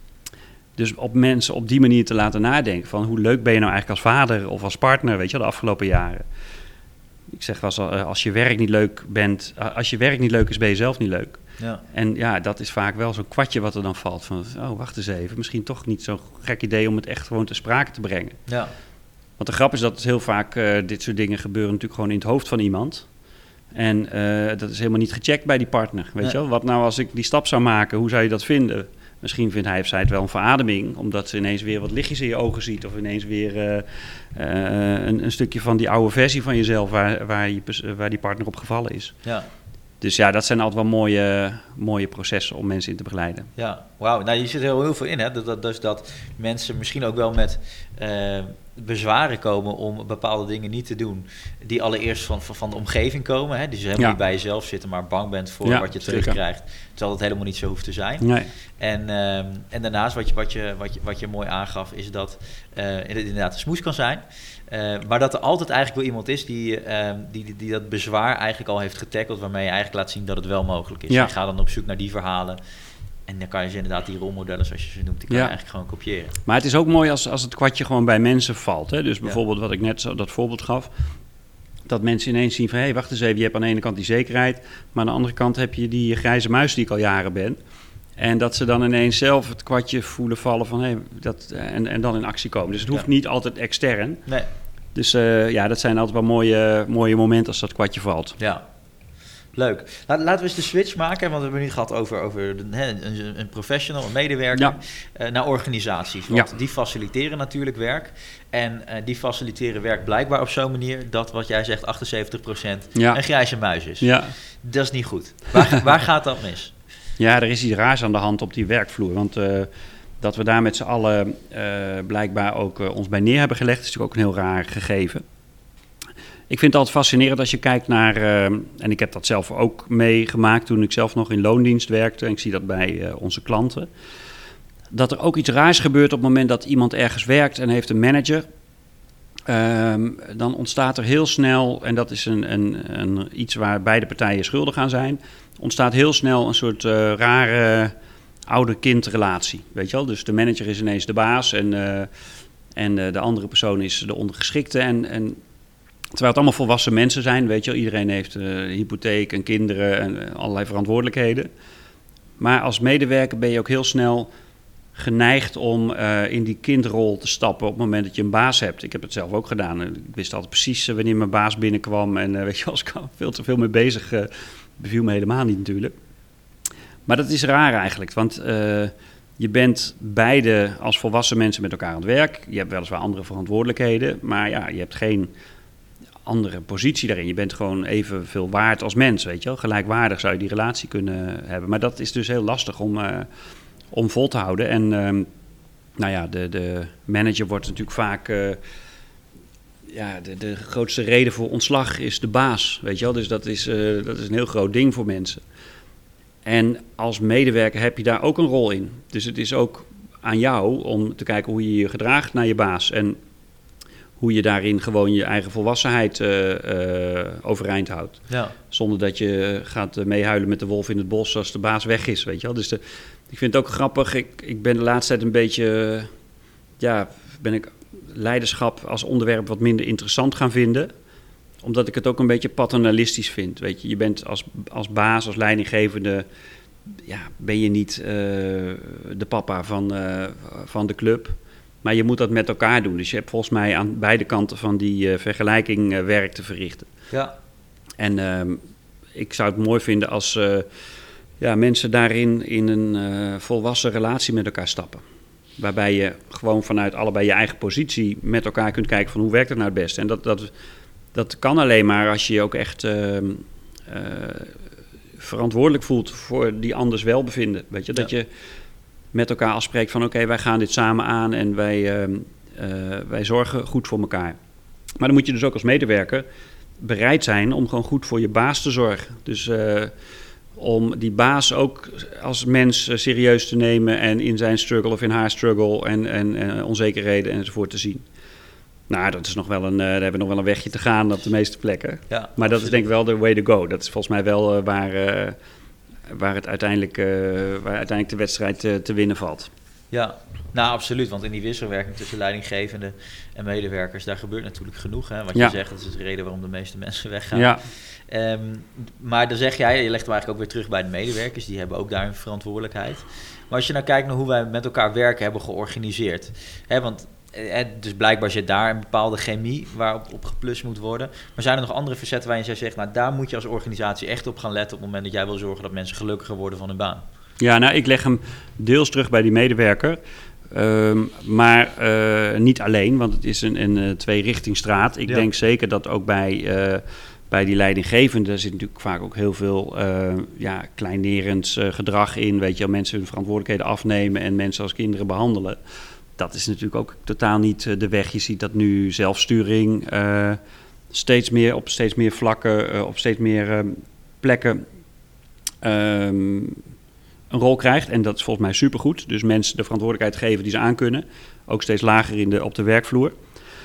Dus op mensen op die manier te laten nadenken van hoe leuk ben je nou eigenlijk als vader of als partner, weet je, de afgelopen jaren. Ik zeg wel eens, als je werk niet leuk bent, als je werk niet leuk is, ben je zelf niet leuk. Ja. En ja, dat is vaak wel zo'n kwartje wat er dan valt van, oh, wacht eens even, misschien toch niet zo'n gek idee om het echt gewoon ter sprake te brengen. Ja. Want de grap is dat heel vaak uh, dit soort dingen gebeuren natuurlijk gewoon in het hoofd van iemand. En uh, dat is helemaal niet gecheckt bij die partner, weet nee. je wel. Wat nou als ik die stap zou maken, hoe zou je dat vinden? Misschien vindt hij of zij het wel een verademing, omdat ze ineens weer wat lichtjes in je ogen ziet. Of ineens weer uh, uh, een, een stukje van die oude versie van jezelf waar, waar, je, waar die partner op gevallen is. Ja. Dus ja, dat zijn altijd wel mooie, mooie processen om mensen in te begeleiden. Ja, wauw. Nou, je zit er heel, heel veel in, hè? Dat, dat, dus dat mensen misschien ook wel met uh, bezwaren komen om bepaalde dingen niet te doen, die allereerst van, van, van de omgeving komen. Hè? Dus helemaal ja. niet bij jezelf zitten, maar bang bent voor ja, wat je zeker. terugkrijgt. Terwijl dat helemaal niet zo hoeft te zijn. Nee. En, uh, en daarnaast, wat je, wat, je, wat, je, wat je mooi aangaf, is dat uh, het inderdaad een smoes kan zijn. Uh, maar dat er altijd eigenlijk wel iemand is die, uh, die, die, die dat bezwaar eigenlijk al heeft getackeld, waarmee je eigenlijk laat zien dat het wel mogelijk is. Ja. Je gaat dan op zoek naar die verhalen. En dan kan je ze inderdaad, die rolmodellen zoals je ze noemt, die kan ja. je eigenlijk gewoon kopiëren. Maar het is ook mooi als, als het kwartje gewoon bij mensen valt. Hè? Dus bijvoorbeeld ja. wat ik net zo, dat voorbeeld gaf, dat mensen ineens zien van, hé, hey, wacht eens even, je hebt aan de ene kant die zekerheid, maar aan de andere kant heb je die grijze muis die ik al jaren ben. En dat ze dan ineens zelf het kwartje voelen vallen van, hé, hey, dat en, en dan in actie komen. Dus het hoeft ja. niet altijd extern. Nee. Dus uh, ja, dat zijn altijd wel mooie, mooie momenten als dat kwartje valt. Ja, leuk. Laat, laten we eens de switch maken, want we hebben nu gehad over, over de, hè, een, een professional, een medewerker, ja. uh, naar organisaties. Want ja. die faciliteren natuurlijk werk. En uh, die faciliteren werk blijkbaar op zo'n manier dat, wat jij zegt, achtenzeventig procent ja. een grijze muis is. Ja. Dat is niet goed. Waar, waar gaat dat mis? Ja, er is iets raars aan de hand op die werkvloer, want Uh, dat we daar met z'n allen uh, blijkbaar ook uh, ons bij neer hebben gelegd, is natuurlijk ook een heel raar gegeven. Ik vind het altijd fascinerend als je kijkt naar, uh, en ik heb dat zelf ook meegemaakt toen ik zelf nog in loondienst werkte, en ik zie dat bij uh, onze klanten, dat er ook iets raars gebeurt op het moment dat iemand ergens werkt en heeft een manager. Um, dan ontstaat er heel snel, en dat is een, een, een, iets waar beide partijen schuldig aan zijn, ontstaat heel snel een soort uh, rare ouder-kindrelatie, weet je wel. Dus de manager is ineens de baas en, uh, en uh, de andere persoon is de ondergeschikte. En, en terwijl het allemaal volwassen mensen zijn, weet je wel. Iedereen heeft uh, een hypotheek en kinderen en uh, allerlei verantwoordelijkheden. Maar als medewerker ben je ook heel snel geneigd om uh, in die kindrol te stappen op het moment dat je een baas hebt. Ik heb het zelf ook gedaan. Ik wist altijd precies uh, wanneer mijn baas binnenkwam. En uh, weet je, als ik al veel te veel mee bezig uh, beviel me helemaal niet natuurlijk. Maar dat is raar eigenlijk, want uh, je bent beide als volwassen mensen met elkaar aan het werk. Je hebt weliswaar andere verantwoordelijkheden, maar ja, je hebt geen andere positie daarin. Je bent gewoon evenveel waard als mens, weet je wel. Gelijkwaardig zou je die relatie kunnen hebben. Maar dat is dus heel lastig om, uh, om vol te houden. En uh, nou ja, de, de manager wordt natuurlijk vaak Uh, ja, de, de grootste reden voor ontslag is de baas, weet je wel. Dus dat is, uh, dat is een heel groot ding voor mensen. En als medewerker heb je daar ook een rol in. Dus het is ook aan jou om te kijken hoe je je gedraagt naar je baas. En hoe je daarin gewoon je eigen volwassenheid uh, uh, overeind houdt. Ja. Zonder dat je gaat uh, meehuilen met de wolf in het bos als de baas weg is, weet je wel. Dus de, ik vind het ook grappig. Ik, ik ben de laatste tijd een beetje... Uh, ja, ben ik leiderschap als onderwerp wat minder interessant gaan vinden. Omdat ik het ook een beetje paternalistisch vind, weet je. Je bent als, als baas, als leidinggevende... Ja, ben je niet uh, de papa van, uh, van de club... Maar je moet dat met elkaar doen. Dus je hebt volgens mij aan beide kanten van die uh, vergelijking uh, werk te verrichten. Ja. En uh, ik zou het mooi vinden als uh, ja, mensen daarin in een uh, volwassen relatie met elkaar stappen. Waarbij je gewoon vanuit allebei je eigen positie met elkaar kunt kijken van hoe werkt het nou het beste. En dat, dat, dat kan alleen maar als je je ook echt uh, uh, verantwoordelijk voelt voor die anders welbevinden. Weet je, dat ja. je... met elkaar afspreekt van oké, okay, wij gaan dit samen aan en wij, uh, uh, wij zorgen goed voor elkaar. Maar dan moet je dus ook als medewerker bereid zijn om gewoon goed voor je baas te zorgen. Dus uh, om die baas ook als mens uh, serieus te nemen en in zijn struggle of in haar struggle en, en, en onzekerheden enzovoort te zien. Nou, dat is nog wel een, uh, daar hebben we nog wel een wegje te gaan op de meeste plekken. Ja, maar absoluut. Dat is denk ik wel de way to go. Dat is volgens mij wel uh, waar... Uh, Waar, het uiteindelijk, uh, waar uiteindelijk de wedstrijd uh, te winnen valt. Ja, nou absoluut. Want in die wisselwerking tussen leidinggevenden en medewerkers... daar gebeurt natuurlijk genoeg. Hè? Wat je ja. zegt, dat is de reden waarom de meeste mensen weggaan. Ja. Um, maar dan zeg jij, je legt hem eigenlijk ook weer terug bij de medewerkers. Die hebben ook daar een verantwoordelijkheid. Maar als je nou kijkt naar hoe wij met elkaar werken hebben georganiseerd. Hè, want... Dus blijkbaar zit daar een bepaalde chemie waarop op geplust moet worden. Maar zijn er nog andere facetten waarin jij zegt... nou, daar moet je als organisatie echt op gaan letten... op het moment dat jij wil zorgen dat mensen gelukkiger worden van hun baan? Ja, nou, ik leg hem deels terug bij die medewerker. Um, maar uh, niet alleen, want het is een, een, een tweerichtingsstraat. Ik ja. denk zeker dat ook bij, uh, bij die leidinggevenden... zit natuurlijk vaak ook heel veel uh, ja, kleinerend uh, gedrag in. Weet je, mensen hun verantwoordelijkheden afnemen... en mensen als kinderen behandelen... Dat is natuurlijk ook totaal niet de weg. Je ziet dat nu zelfsturing uh, steeds meer op steeds meer vlakken, uh, op steeds meer uh, plekken um, een rol krijgt. En dat is volgens mij supergoed. Dus mensen de verantwoordelijkheid geven die ze aankunnen. Ook steeds lager in de, op de werkvloer.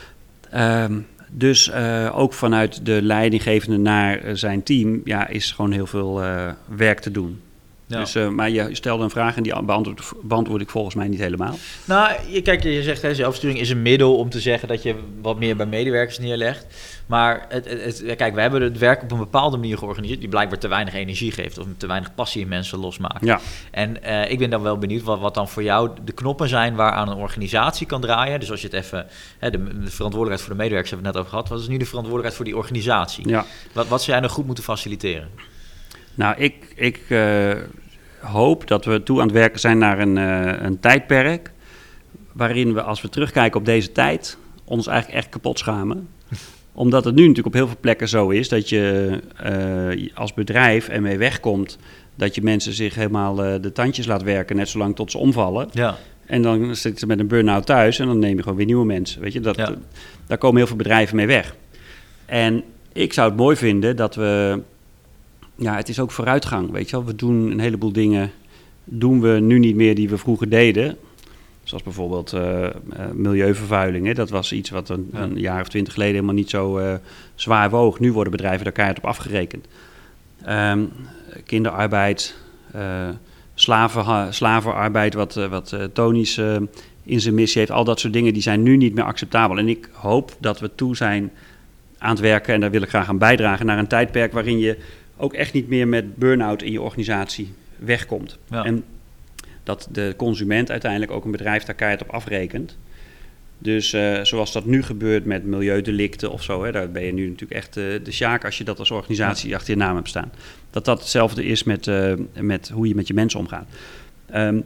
Um, dus uh, ook vanuit de leidinggevende naar uh, zijn team ja, is gewoon heel veel uh, werk te doen. Ja. Dus, uh, maar je stelde een vraag en die beantwoord, beantwoord ik volgens mij niet helemaal. Nou, je, kijk, je zegt hè, zelfsturing is een middel om te zeggen dat je wat meer bij medewerkers neerlegt. Maar het, het, het, kijk, we hebben het werk op een bepaalde manier georganiseerd die blijkbaar te weinig energie geeft of te weinig passie in mensen losmaakt. Ja. En uh, ik ben dan wel benieuwd wat, wat dan voor jou de knoppen zijn waaraan een organisatie kan draaien. Dus als je het even, hè, de, de verantwoordelijkheid voor de medewerkers hebben we het net over gehad. Wat is nu de verantwoordelijkheid voor die organisatie? Ja. Wat, wat zou jij nou goed moeten faciliteren? Nou, ik, ik uh, hoop dat we toe aan het werken zijn naar een, uh, een tijdperk... waarin we, als we terugkijken op deze tijd... ons eigenlijk echt kapot schamen. Omdat het nu natuurlijk op heel veel plekken zo is... dat je uh, als bedrijf ermee wegkomt... dat je mensen zich helemaal uh, de tandjes laat werken... net zolang tot ze omvallen. Ja. En dan zitten ze met een burn-out thuis... en dan neem je gewoon weer nieuwe mensen. Weet je, dat, ja. uh, daar komen heel veel bedrijven mee weg. En ik zou het mooi vinden dat we... Ja, het is ook vooruitgang, weet je wel. We doen een heleboel dingen, doen we nu niet meer die we vroeger deden. Zoals bijvoorbeeld uh, uh, milieuvervuiling. Hè. Dat was iets wat een, ja. een jaar of twintig geleden helemaal niet zo uh, zwaar woog. Nu worden bedrijven daar keihard op afgerekend. Um, kinderarbeid, uh, slaven, slavenarbeid, wat, uh, wat uh, Tony's uh, in zijn missie heeft. Al dat soort dingen, die zijn nu niet meer acceptabel. En ik hoop dat we toe zijn aan het werken, en daar wil ik graag aan bijdragen, naar een tijdperk waarin je ook echt niet meer met burn-out in je organisatie wegkomt. Ja. En dat de consument uiteindelijk ook een bedrijf daar keihard op afrekent. Dus uh, zoals dat nu gebeurt met milieudelicten of zo, hè, daar ben je nu natuurlijk echt uh, de sjaak als je dat als organisatie ja. achter je naam hebt staan. Dat dat hetzelfde is met, uh, met hoe je met je mensen omgaat. Um,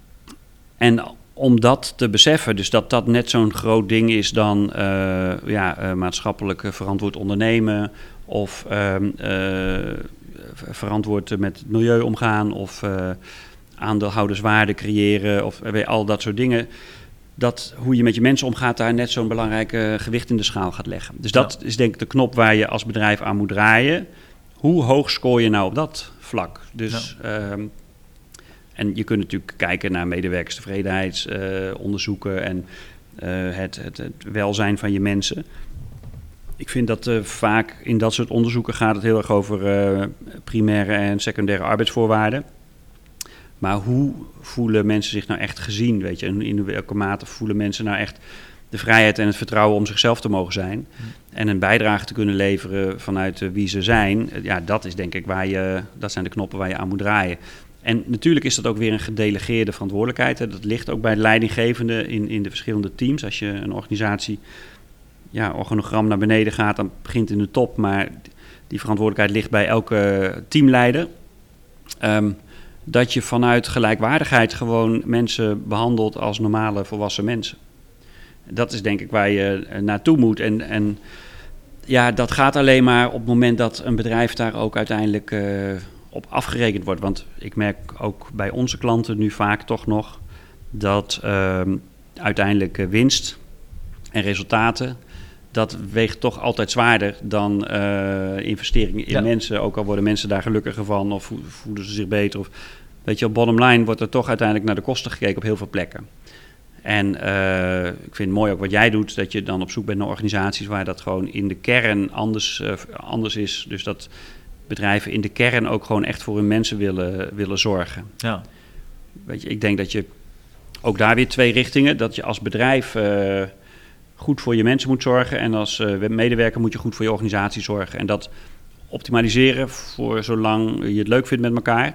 en om dat te beseffen, dus dat dat net zo'n groot ding is dan uh, ja, uh, maatschappelijk verantwoord ondernemen of uh, uh, verantwoord met het milieu omgaan of uh, aandeelhouderswaarde creëren of uh, al dat soort dingen. Dat hoe je met je mensen omgaat daar net zo'n belangrijk uh, gewicht in de schaal gaat leggen. Dus dat ja. is denk ik de knop waar je als bedrijf aan moet draaien. Hoe hoog scoor je nou op dat vlak? Dus... Ja. Um, En je kunt natuurlijk kijken naar medewerkerstevredenheidsonderzoeken. Uh, en uh, het, het, het welzijn van je mensen. Ik vind dat uh, vaak in dat soort onderzoeken gaat het heel erg over uh, primaire en secundaire arbeidsvoorwaarden. Maar hoe voelen mensen zich nou echt gezien, weet je? En in welke mate voelen mensen nou echt de vrijheid en het vertrouwen om zichzelf te mogen zijn. Mm. En een bijdrage te kunnen leveren vanuit uh, wie ze zijn. Ja, dat is denk ik waar je, dat zijn de knoppen waar je aan moet draaien. En natuurlijk is dat ook weer een gedelegeerde verantwoordelijkheid. Hè. Dat ligt ook bij de leidinggevende in, in de verschillende teams. Als je een organisatie, ja, organogram naar beneden gaat, dan begint in de top. Maar die verantwoordelijkheid ligt bij elke teamleider. Um, dat je vanuit gelijkwaardigheid gewoon mensen behandelt als normale volwassen mensen. Dat is denk ik waar je naartoe moet. En, en ja, dat gaat alleen maar op het moment dat een bedrijf daar ook uiteindelijk uh, op afgerekend wordt. Want ik merk ook bij onze klanten nu vaak toch nog dat uh, uiteindelijk uh, winst en resultaten, dat weegt toch altijd zwaarder dan uh, investeringen in ja. mensen. Ook al worden mensen daar gelukkiger van of voelen ze zich beter. Of, weet je, op bottom line wordt er toch uiteindelijk naar de kosten gekeken op heel veel plekken. En uh, ik vind het mooi ook wat jij doet, dat je dan op zoek bent naar organisaties waar dat gewoon in de kern anders, uh, anders is. Dus dat bedrijven in de kern ook gewoon echt voor hun mensen willen, willen zorgen. Ja. Weet je, ik denk dat je ook daar weer twee richtingen, dat je als bedrijf uh, goed voor je mensen moet zorgen en als uh, medewerker moet je goed voor je organisatie zorgen. En dat optimaliseren voor zolang je het leuk vindt met elkaar.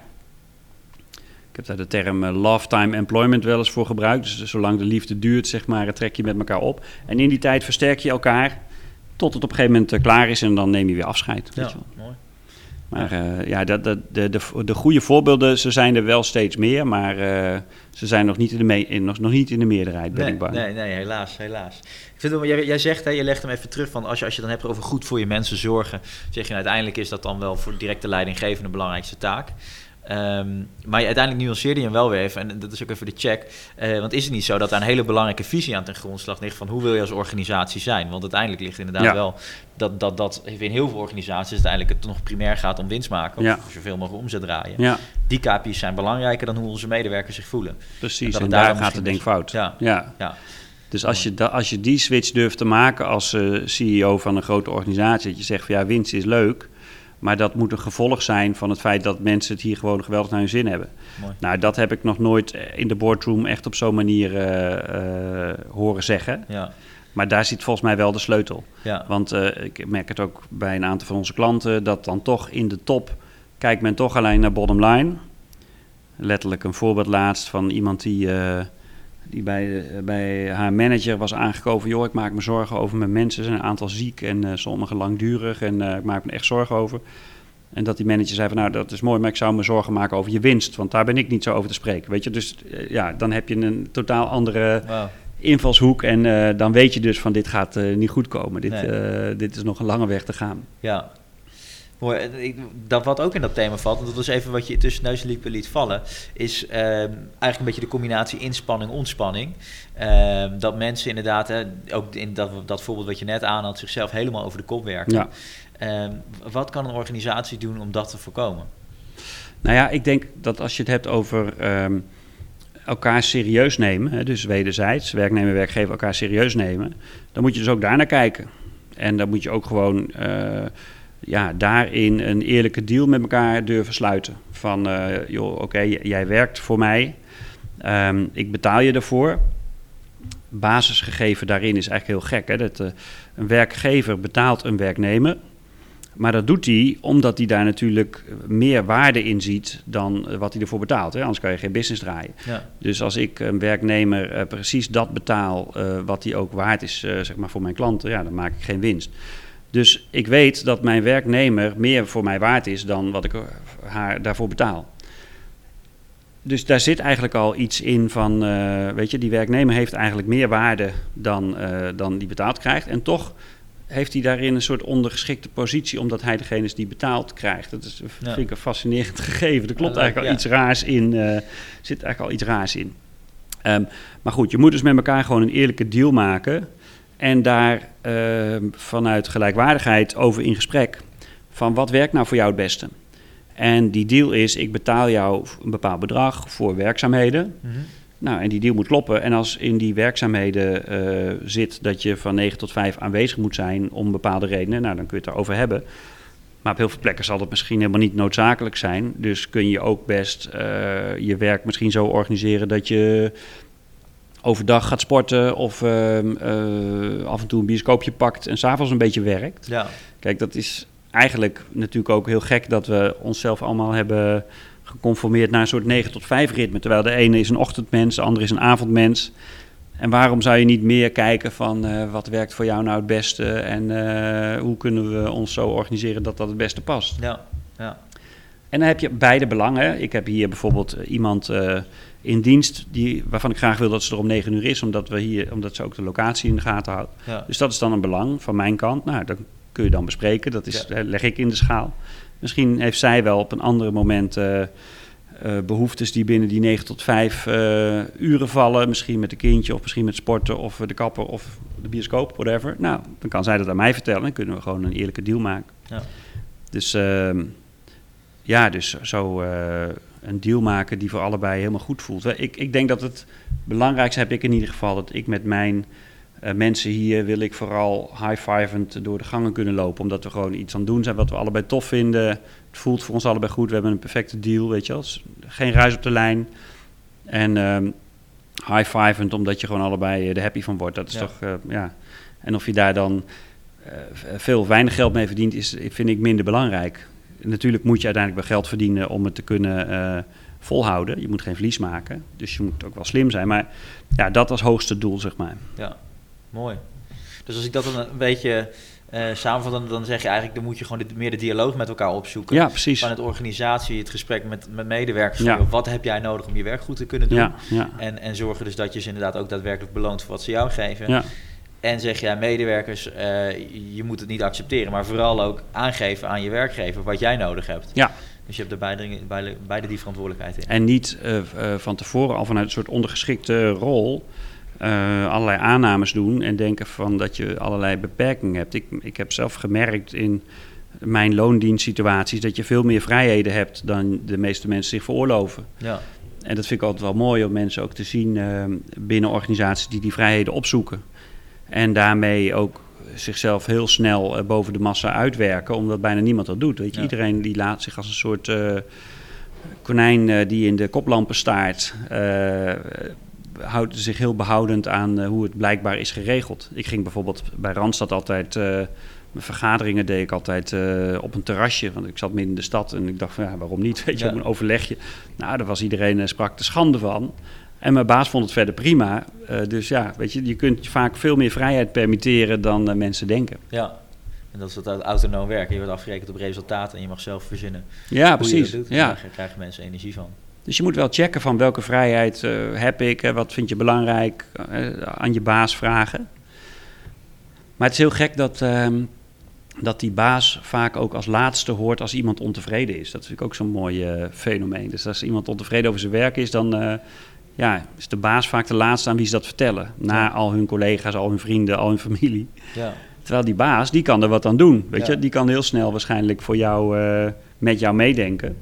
Ik heb daar de term uh, lifetime employment wel eens voor gebruikt. Dus zolang de liefde duurt, zeg maar, trek je met elkaar op. En in die tijd versterk je elkaar tot het op een gegeven moment uh, klaar is en dan neem je weer afscheid. Ja, weet je wel. Mooi. Maar uh, ja, dat, dat, de, de, de goede voorbeelden, ze zijn er wel steeds meer, maar uh, ze zijn nog niet in de, me- in, nog, nog niet in de meerderheid, ben nee, ik bang. Nee, nee, helaas, helaas. Ik vind het, jij, jij zegt, hè, je legt hem even terug van als je, als je dan hebt over goed voor je mensen zorgen, zeg je uiteindelijk is dat dan wel voor directe leidinggevende de belangrijkste taak. Um, maar je, uiteindelijk nuanceerde je hem wel weer even, en dat is ook even de check. Uh, want is het niet zo dat daar een hele belangrijke visie aan ten grondslag ligt van hoe wil je als organisatie zijn? Want uiteindelijk ligt inderdaad ja. wel dat, dat, dat in heel veel organisaties uiteindelijk het nog primair gaat om winst maken. Of ja. zoveel mogelijk omzet draaien. Ja. Die K P I's zijn belangrijker dan hoe onze medewerkers zich voelen. Precies, en, en daar gaat het denk ik fout. Ja. Ja. Ja. Dus als je, da, als je die switch durft te maken als uh, C E O van een grote organisatie, dat je zegt van ja, winst is leuk, maar dat moet een gevolg zijn van het feit dat mensen het hier gewoon geweldig naar hun zin hebben. Mooi. Nou, dat heb ik nog nooit in de boardroom echt op zo'n manier uh, uh, horen zeggen. Ja. Maar daar zit volgens mij wel de sleutel. Ja. Want uh, ik merk het ook bij een aantal van onze klanten, dat dan toch in de top kijkt men toch alleen naar bottom line. Letterlijk een voorbeeld laatst van iemand die, uh, die bij, uh, bij haar manager was aangekomen. Joh, ik maak me zorgen over mijn mensen. Er zijn een aantal ziek en uh, sommigen langdurig en uh, ik maak me echt zorgen over. En dat die manager zei van nou, dat is mooi, maar ik zou me zorgen maken over je winst. Want daar ben ik niet zo over te spreken. Weet je, dus uh, ja, dan heb je een totaal andere wow. invalshoek. En uh, dan weet je dus van dit gaat uh, niet goed komen. Dit, nee. uh, dit is nog een lange weg te gaan. Ja. Dat wat ook in dat thema valt, en dat was even wat je tussen neus liep liet vallen, is uh, eigenlijk een beetje de combinatie inspanning-ontspanning. Uh, dat mensen inderdaad, hè, ook in dat, dat voorbeeld wat je net aanhad, zichzelf helemaal over de kop werken. Ja. Uh, wat kan een organisatie doen om dat te voorkomen? Nou ja, ik denk dat als je het hebt over um, elkaar serieus nemen, hè, dus wederzijds, werknemer en werkgever elkaar serieus nemen, dan moet je dus ook daar naar kijken. En dan moet je ook gewoon Uh, ja, daarin een eerlijke deal met elkaar durven sluiten. Van, uh, joh, oké, okay, j- jij werkt voor mij. Um, ik betaal je ervoor. Basisgegeven daarin is eigenlijk heel gek. Hè? Dat, uh, een werkgever betaalt een werknemer. Maar dat doet hij omdat hij daar natuurlijk meer waarde in ziet dan uh, wat hij ervoor betaalt. Hè? Anders kan je geen business draaien. Ja. Dus als ik een werknemer uh, precies dat betaal uh, wat hij ook waard is uh, zeg maar voor mijn klanten, ja, dan maak ik geen winst. Dus ik weet dat mijn werknemer meer voor mij waard is dan wat ik haar daarvoor betaal. Dus daar zit eigenlijk al iets in van, uh, weet je, die werknemer heeft eigenlijk meer waarde dan, uh, dan die betaald krijgt. En toch heeft hij daarin een soort ondergeschikte positie, omdat hij degene is die betaald krijgt. Dat is, ja. vind ik een fascinerend gegeven. Er klopt ja, eigenlijk al ja. iets raars in, uh, zit eigenlijk al iets raars in. Um, maar goed, je moet dus met elkaar gewoon een eerlijke deal maken. En daar uh, vanuit gelijkwaardigheid over in gesprek. Van wat werkt nou voor jou het beste? En die deal is, ik betaal jou een bepaald bedrag voor werkzaamheden. Mm-hmm. Nou, en die deal moet kloppen. En als in die werkzaamheden uh, zit dat je van negen tot vijf aanwezig moet zijn om bepaalde redenen, nou, dan kun je het erover hebben. Maar op heel veel plekken zal dat misschien helemaal niet noodzakelijk zijn. Dus kun je ook best uh, je werk misschien zo organiseren dat je overdag gaat sporten of uh, uh, af en toe een bioscoopje pakt en 's avonds een beetje werkt. Ja. Kijk, dat is eigenlijk natuurlijk ook heel gek dat we onszelf allemaal hebben geconformeerd naar een soort negen tot vijf ritme. Terwijl de ene is een ochtendmens, de andere is een avondmens. En waarom zou je niet meer kijken van uh, wat werkt voor jou nou het beste en uh, hoe kunnen we ons zo organiseren dat dat het beste past. Ja, ja. En dan heb je beide belangen. Ik heb hier bijvoorbeeld iemand uh, in dienst die, waarvan ik graag wil dat ze er om negen uur is, omdat, we hier, omdat ze ook de locatie in de gaten houdt. Ja. Dus dat is dan een belang van mijn kant. Nou, dat kun je dan bespreken. Dat is, ja. leg ik in de schaal. Misschien heeft zij wel op een ander moment uh, uh, behoeftes die binnen die negen tot vijf uh, uren vallen. Misschien met een kindje of misschien met sporten of de kapper of de bioscoop, whatever. Nou, dan kan zij dat aan mij vertellen en kunnen we gewoon een eerlijke deal maken. Ja. Dus uh, ja, dus zo uh, een deal maken die voor allebei helemaal goed voelt. Ik, ik denk dat het belangrijkste heb ik in ieder geval dat ik met mijn Uh, mensen hier wil ik vooral high-fivend door de gangen kunnen lopen. Omdat we gewoon iets aan het doen zijn wat we allebei tof vinden. Het voelt voor ons allebei goed. We hebben een perfecte deal, weet je wel. Geen ruis op de lijn. En um, high-fivend omdat je gewoon allebei er happy van wordt. Dat is ja. toch, uh, ja. En of je daar dan uh, veel of weinig geld mee verdient, is, vind ik minder belangrijk. Natuurlijk moet je uiteindelijk wel geld verdienen om het te kunnen uh, volhouden. Je moet geen verlies maken. Dus je moet ook wel slim zijn. Maar ja, dat als hoogste doel, zeg maar. Ja. Mooi. Dus als ik dat dan een beetje uh, samenvat, dan, dan zeg je eigenlijk, dan moet je gewoon de, meer de dialoog met elkaar opzoeken. Ja, precies. Van het organisatie, het gesprek met, met medewerkers. Ja. Van, wat heb jij nodig om je werk goed te kunnen doen? Ja, ja. En, en zorgen dus dat je ze inderdaad ook daadwerkelijk beloont voor wat ze jou geven. Ja. En zeg jij, medewerkers, uh, je moet het niet accepteren, maar vooral ook aangeven aan je werkgever wat jij nodig hebt. Ja. Dus je hebt er beide, beide, beide die verantwoordelijkheid in. En niet uh, uh, van tevoren al vanuit een soort ondergeschikte rol Uh, allerlei aannames doen en denken van dat je allerlei beperkingen hebt. Ik, ik heb zelf gemerkt in mijn loondienstsituaties dat je veel meer vrijheden hebt dan de meeste mensen zich veroorloven. Ja. En dat vind ik altijd wel mooi om mensen ook te zien uh, binnen organisaties die die vrijheden opzoeken. En daarmee ook zichzelf heel snel uh, boven de massa uitwerken, omdat bijna niemand dat doet. Weet je? Ja. Iedereen die laat zich als een soort uh, konijn uh, die in de koplampen staart, Uh, houdt zich heel behoudend aan uh, hoe het blijkbaar is geregeld. Ik ging bijvoorbeeld bij Randstad altijd, uh, mijn vergaderingen deed ik altijd uh, op een terrasje, want ik zat midden in de stad en ik dacht van ja, waarom niet, weet je, ja. Op een overlegje. Nou, daar was iedereen, uh, sprak de schande van. En mijn baas vond het verder prima. Uh, dus ja, weet je, je kunt vaak veel meer vrijheid permitteren dan uh, mensen denken. Ja, en dat is het autonoom werken. Je wordt afgerekend op resultaten en je mag zelf verzinnen ja, hoe precies. je dat doet. Ja. Daar krijgen mensen energie van. Dus je moet wel checken van welke vrijheid uh, heb ik, hè, wat vind je belangrijk, uh, aan je baas vragen. Maar het is heel gek dat, uh, dat die baas vaak ook als laatste hoort als iemand ontevreden is. Dat vind ik ook zo'n mooi uh, fenomeen. Dus als iemand ontevreden over zijn werk is, dan uh, ja, is de baas vaak de laatste aan wie ze dat vertellen. Na ja. al hun collega's, al hun vrienden, al hun familie. Ja. Terwijl die baas, die kan er wat aan doen. Weet ja. je? Die kan heel snel waarschijnlijk voor jou, uh, met jou meedenken.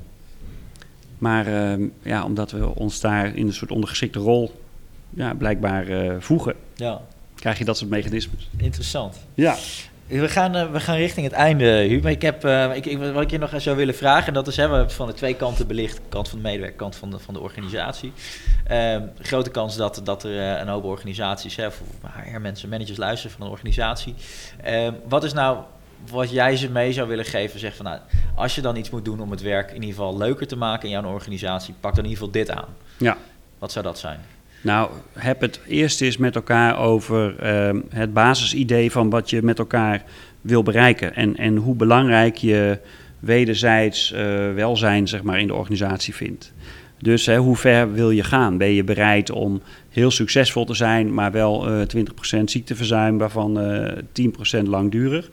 Maar uh, ja, omdat we ons daar in een soort ondergeschikte rol ja, blijkbaar uh, voegen, ja. krijg je dat soort mechanismes. Interessant. Ja. We gaan, uh, we gaan richting het einde, Huub. Maar ik heb, uh, ik, ik, wat ik je nog zou willen vragen, en dat is, hè, we hebben van de twee kanten belicht, kant van de medewerker, kant van de, van de organisatie. Uh, grote kans dat, dat er uh, een hoop organisaties, hè, of H R-mensen, managers luisteren van een organisatie. Uh, wat is nou wat jij ze mee zou willen geven, zeg van nou, als je dan iets moet doen om het werk in ieder geval leuker te maken in jouw organisatie, pak dan in ieder geval dit aan. Ja. Wat zou dat zijn? Nou, heb het eerst eens met elkaar over uh, het basisidee van wat je met elkaar wil bereiken. En, en hoe belangrijk je wederzijds uh, welzijn, zeg maar, in de organisatie vindt. Dus hè, hoe ver wil je gaan? Ben je bereid om heel succesvol te zijn, maar wel uh, twintig procent ziekteverzuim, waarvan uh, tien procent langdurig?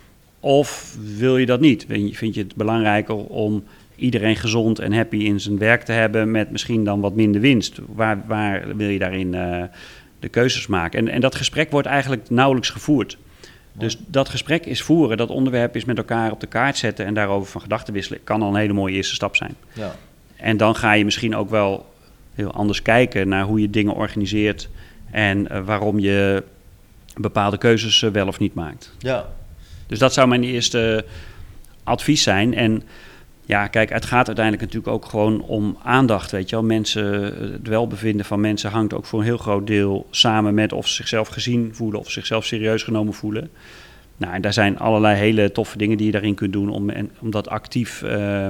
Of wil je dat niet? Vind je het belangrijker om iedereen gezond en happy in zijn werk te hebben met misschien dan wat minder winst? Waar, waar wil je daarin uh, de keuzes maken? En, en dat gesprek wordt eigenlijk nauwelijks gevoerd. Dus dat gesprek is voeren, dat onderwerp is met elkaar op de kaart zetten en daarover van gedachten wisselen, kan al een hele mooie eerste stap zijn. Ja. En dan ga je misschien ook wel heel anders kijken naar hoe je dingen organiseert en uh, waarom je bepaalde keuzes uh, wel of niet maakt. Ja. Dus dat zou mijn eerste advies zijn. En ja, kijk, het gaat uiteindelijk natuurlijk ook gewoon om aandacht, weet je wel. Mensen, het welbevinden van mensen hangt ook voor een heel groot deel samen met of ze zichzelf gezien voelen of zichzelf serieus genomen voelen. Nou, en daar zijn allerlei hele toffe dingen die je daarin kunt doen om, en, om dat actief uh, uh,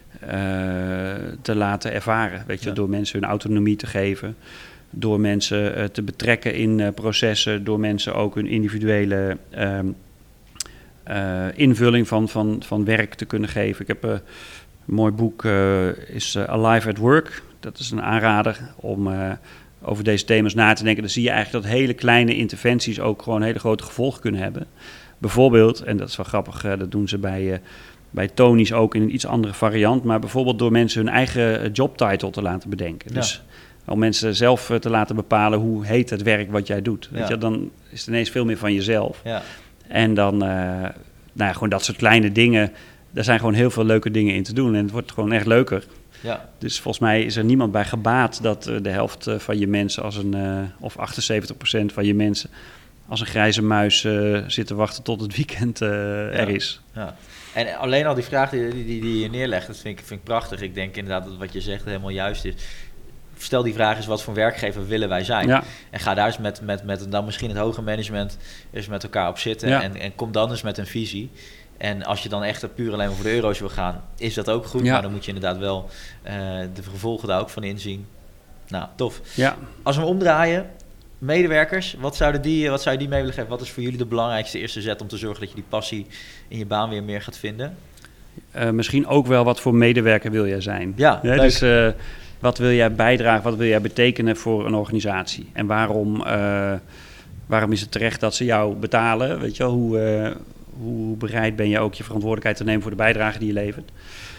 te laten ervaren, weet je, ja. Door mensen hun autonomie te geven, door mensen uh, te betrekken in uh, processen, door mensen ook hun individuele uh, uh, invulling van, van, van werk te kunnen geven. Ik heb uh, een mooi boek, uh, is uh, Alive at Work. Dat is een aanrader om uh, over deze thema's na te denken. Dan zie je eigenlijk dat hele kleine interventies ook gewoon hele grote gevolgen kunnen hebben. Bijvoorbeeld, en dat is wel grappig, uh, dat doen ze bij, uh, bij Tony's ook in een iets andere variant, maar bijvoorbeeld door mensen hun eigen jobtitle te laten bedenken. Ja. Dus om mensen zelf uh, te laten bepalen hoe heet het werk wat jij doet. Weet ja. je, dan is het ineens veel meer van jezelf. Ja. En dan, uh, nou ja, gewoon dat soort kleine dingen, daar zijn gewoon heel veel leuke dingen in te doen en het wordt gewoon echt leuker. Ja. Dus volgens mij is er niemand bij gebaat dat uh, de helft uh, van je mensen als een, uh, of achtenzeventig procent van je mensen als een grijze muis uh, zit te wachten tot het weekend uh, ja. er is. Ja. En alleen al die vraag die, die, die je neerlegt, dat vind ik, vind ik prachtig. Ik denk inderdaad dat wat je zegt helemaal juist is. Stel die vraag eens, wat voor werkgever willen wij zijn? Ja. En ga daar eens met, met, met dan misschien het hoge management eens met elkaar op zitten. Ja. En, en kom dan eens met een visie. En als je dan echt puur alleen maar voor de euro's wil gaan, is dat ook goed. Ja. Maar dan moet je inderdaad wel uh, de gevolgen daar ook van inzien. Nou, tof. Ja. Als we hem omdraaien, medewerkers, wat zouden die, wat zou je die mee willen geven? Wat is voor jullie de belangrijkste eerste zet om te zorgen dat je die passie in je baan weer meer gaat vinden? Uh, misschien ook wel wat voor medewerker wil jij zijn. Ja, ja dus uh, wat wil jij bijdragen, wat wil jij betekenen voor een organisatie? En waarom, uh, waarom is het terecht dat ze jou betalen? Weet je wel, hoe, uh, hoe bereid ben je ook je verantwoordelijkheid te nemen voor de bijdrage die je levert?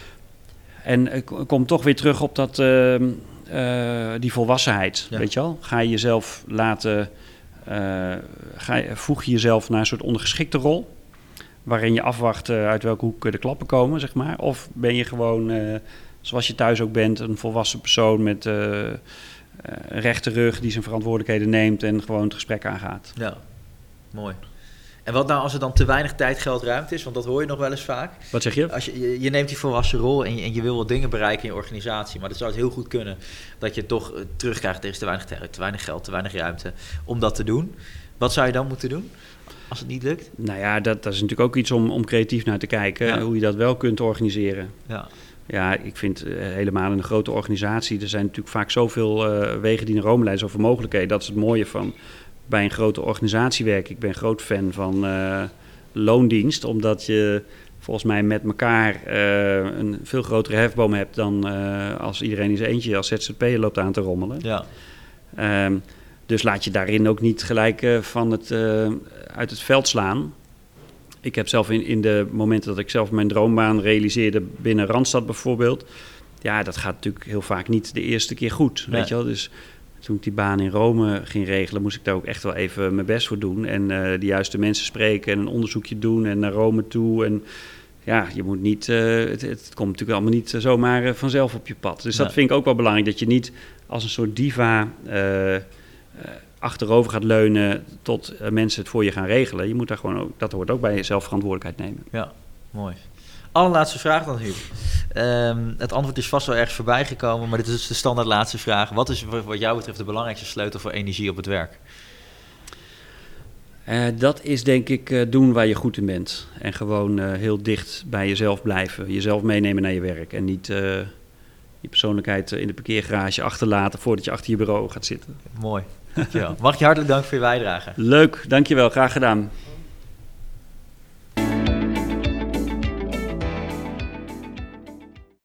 En ik uh, kom toch weer terug op dat, uh, uh, die volwassenheid, ja. Weet je wel? Ga je jezelf laten, uh, ga je, voeg je jezelf naar een soort ondergeschikte rol, waarin je afwacht uh, uit welke hoek de klappen komen, zeg maar. Of ben je gewoon, uh, zoals je thuis ook bent, een volwassen persoon met uh, uh, een rechte rug die zijn verantwoordelijkheden neemt en gewoon het gesprek aangaat. Ja, mooi. En wat nou als er dan te weinig tijd, geld, ruimte is? Want dat hoor je nog wel eens vaak. Wat zeg je? Als je, je, je neemt die volwassen rol en je, en je wil wat dingen bereiken in je organisatie. Maar dan zou het heel goed kunnen dat je toch uh, terugkrijgt tegen te weinig tijd, te weinig geld, te weinig ruimte om dat te doen. Wat zou je dan moeten doen als het niet lukt? Nou ja, dat, dat is natuurlijk ook iets om, om creatief naar te kijken. Ja. Hoe je dat wel kunt organiseren. Ja. Ja, ik vind uh, helemaal in een grote organisatie, er zijn natuurlijk vaak zoveel uh, wegen die naar Rome leiden, zoveel mogelijkheden. Dat is het mooie van bij een grote organisatie werken. Ik ben groot fan van uh, loondienst, omdat je volgens mij met elkaar uh, een veel grotere hefboom hebt dan uh, als iedereen in zijn eentje als Z Z P'er loopt aan te rommelen. Ja. Um, dus laat je daarin ook niet gelijk uh, van het, uh, uit het veld slaan. Ik heb zelf in, in de momenten dat ik zelf mijn droombaan realiseerde binnen Randstad bijvoorbeeld. Ja, dat gaat natuurlijk heel vaak niet de eerste keer goed. Nee. Weet je wel? Dus toen ik die baan in Rome ging regelen, moest ik daar ook echt wel even mijn best voor doen. En uh, de juiste mensen spreken en een onderzoekje doen en naar Rome toe. En ja, je moet niet, uh, het, het komt natuurlijk allemaal niet zomaar uh, vanzelf op je pad. Dus ja. Dat vind ik ook wel belangrijk, dat je niet als een soort diva Uh, Uh, achterover gaat leunen tot uh, mensen het voor je gaan regelen. Je moet daar gewoon ook, dat hoort ook bij jezelf verantwoordelijkheid nemen. Ja, mooi. Allerlaatste vraag dan, Huub. Um, het antwoord is vast wel ergens voorbij gekomen, maar dit is de standaard laatste vraag. Wat is wat jou betreft de belangrijkste sleutel voor energie op het werk? Uh, dat is denk ik uh, doen waar je goed in bent. En gewoon uh, heel dicht bij jezelf blijven. Jezelf meenemen naar je werk. En niet uh, je persoonlijkheid in de parkeergarage achterlaten voordat je achter je bureau gaat zitten. Mooi. Dankjewel. Mag je hartelijk dank voor je bijdrage. Leuk, dankjewel. Graag gedaan.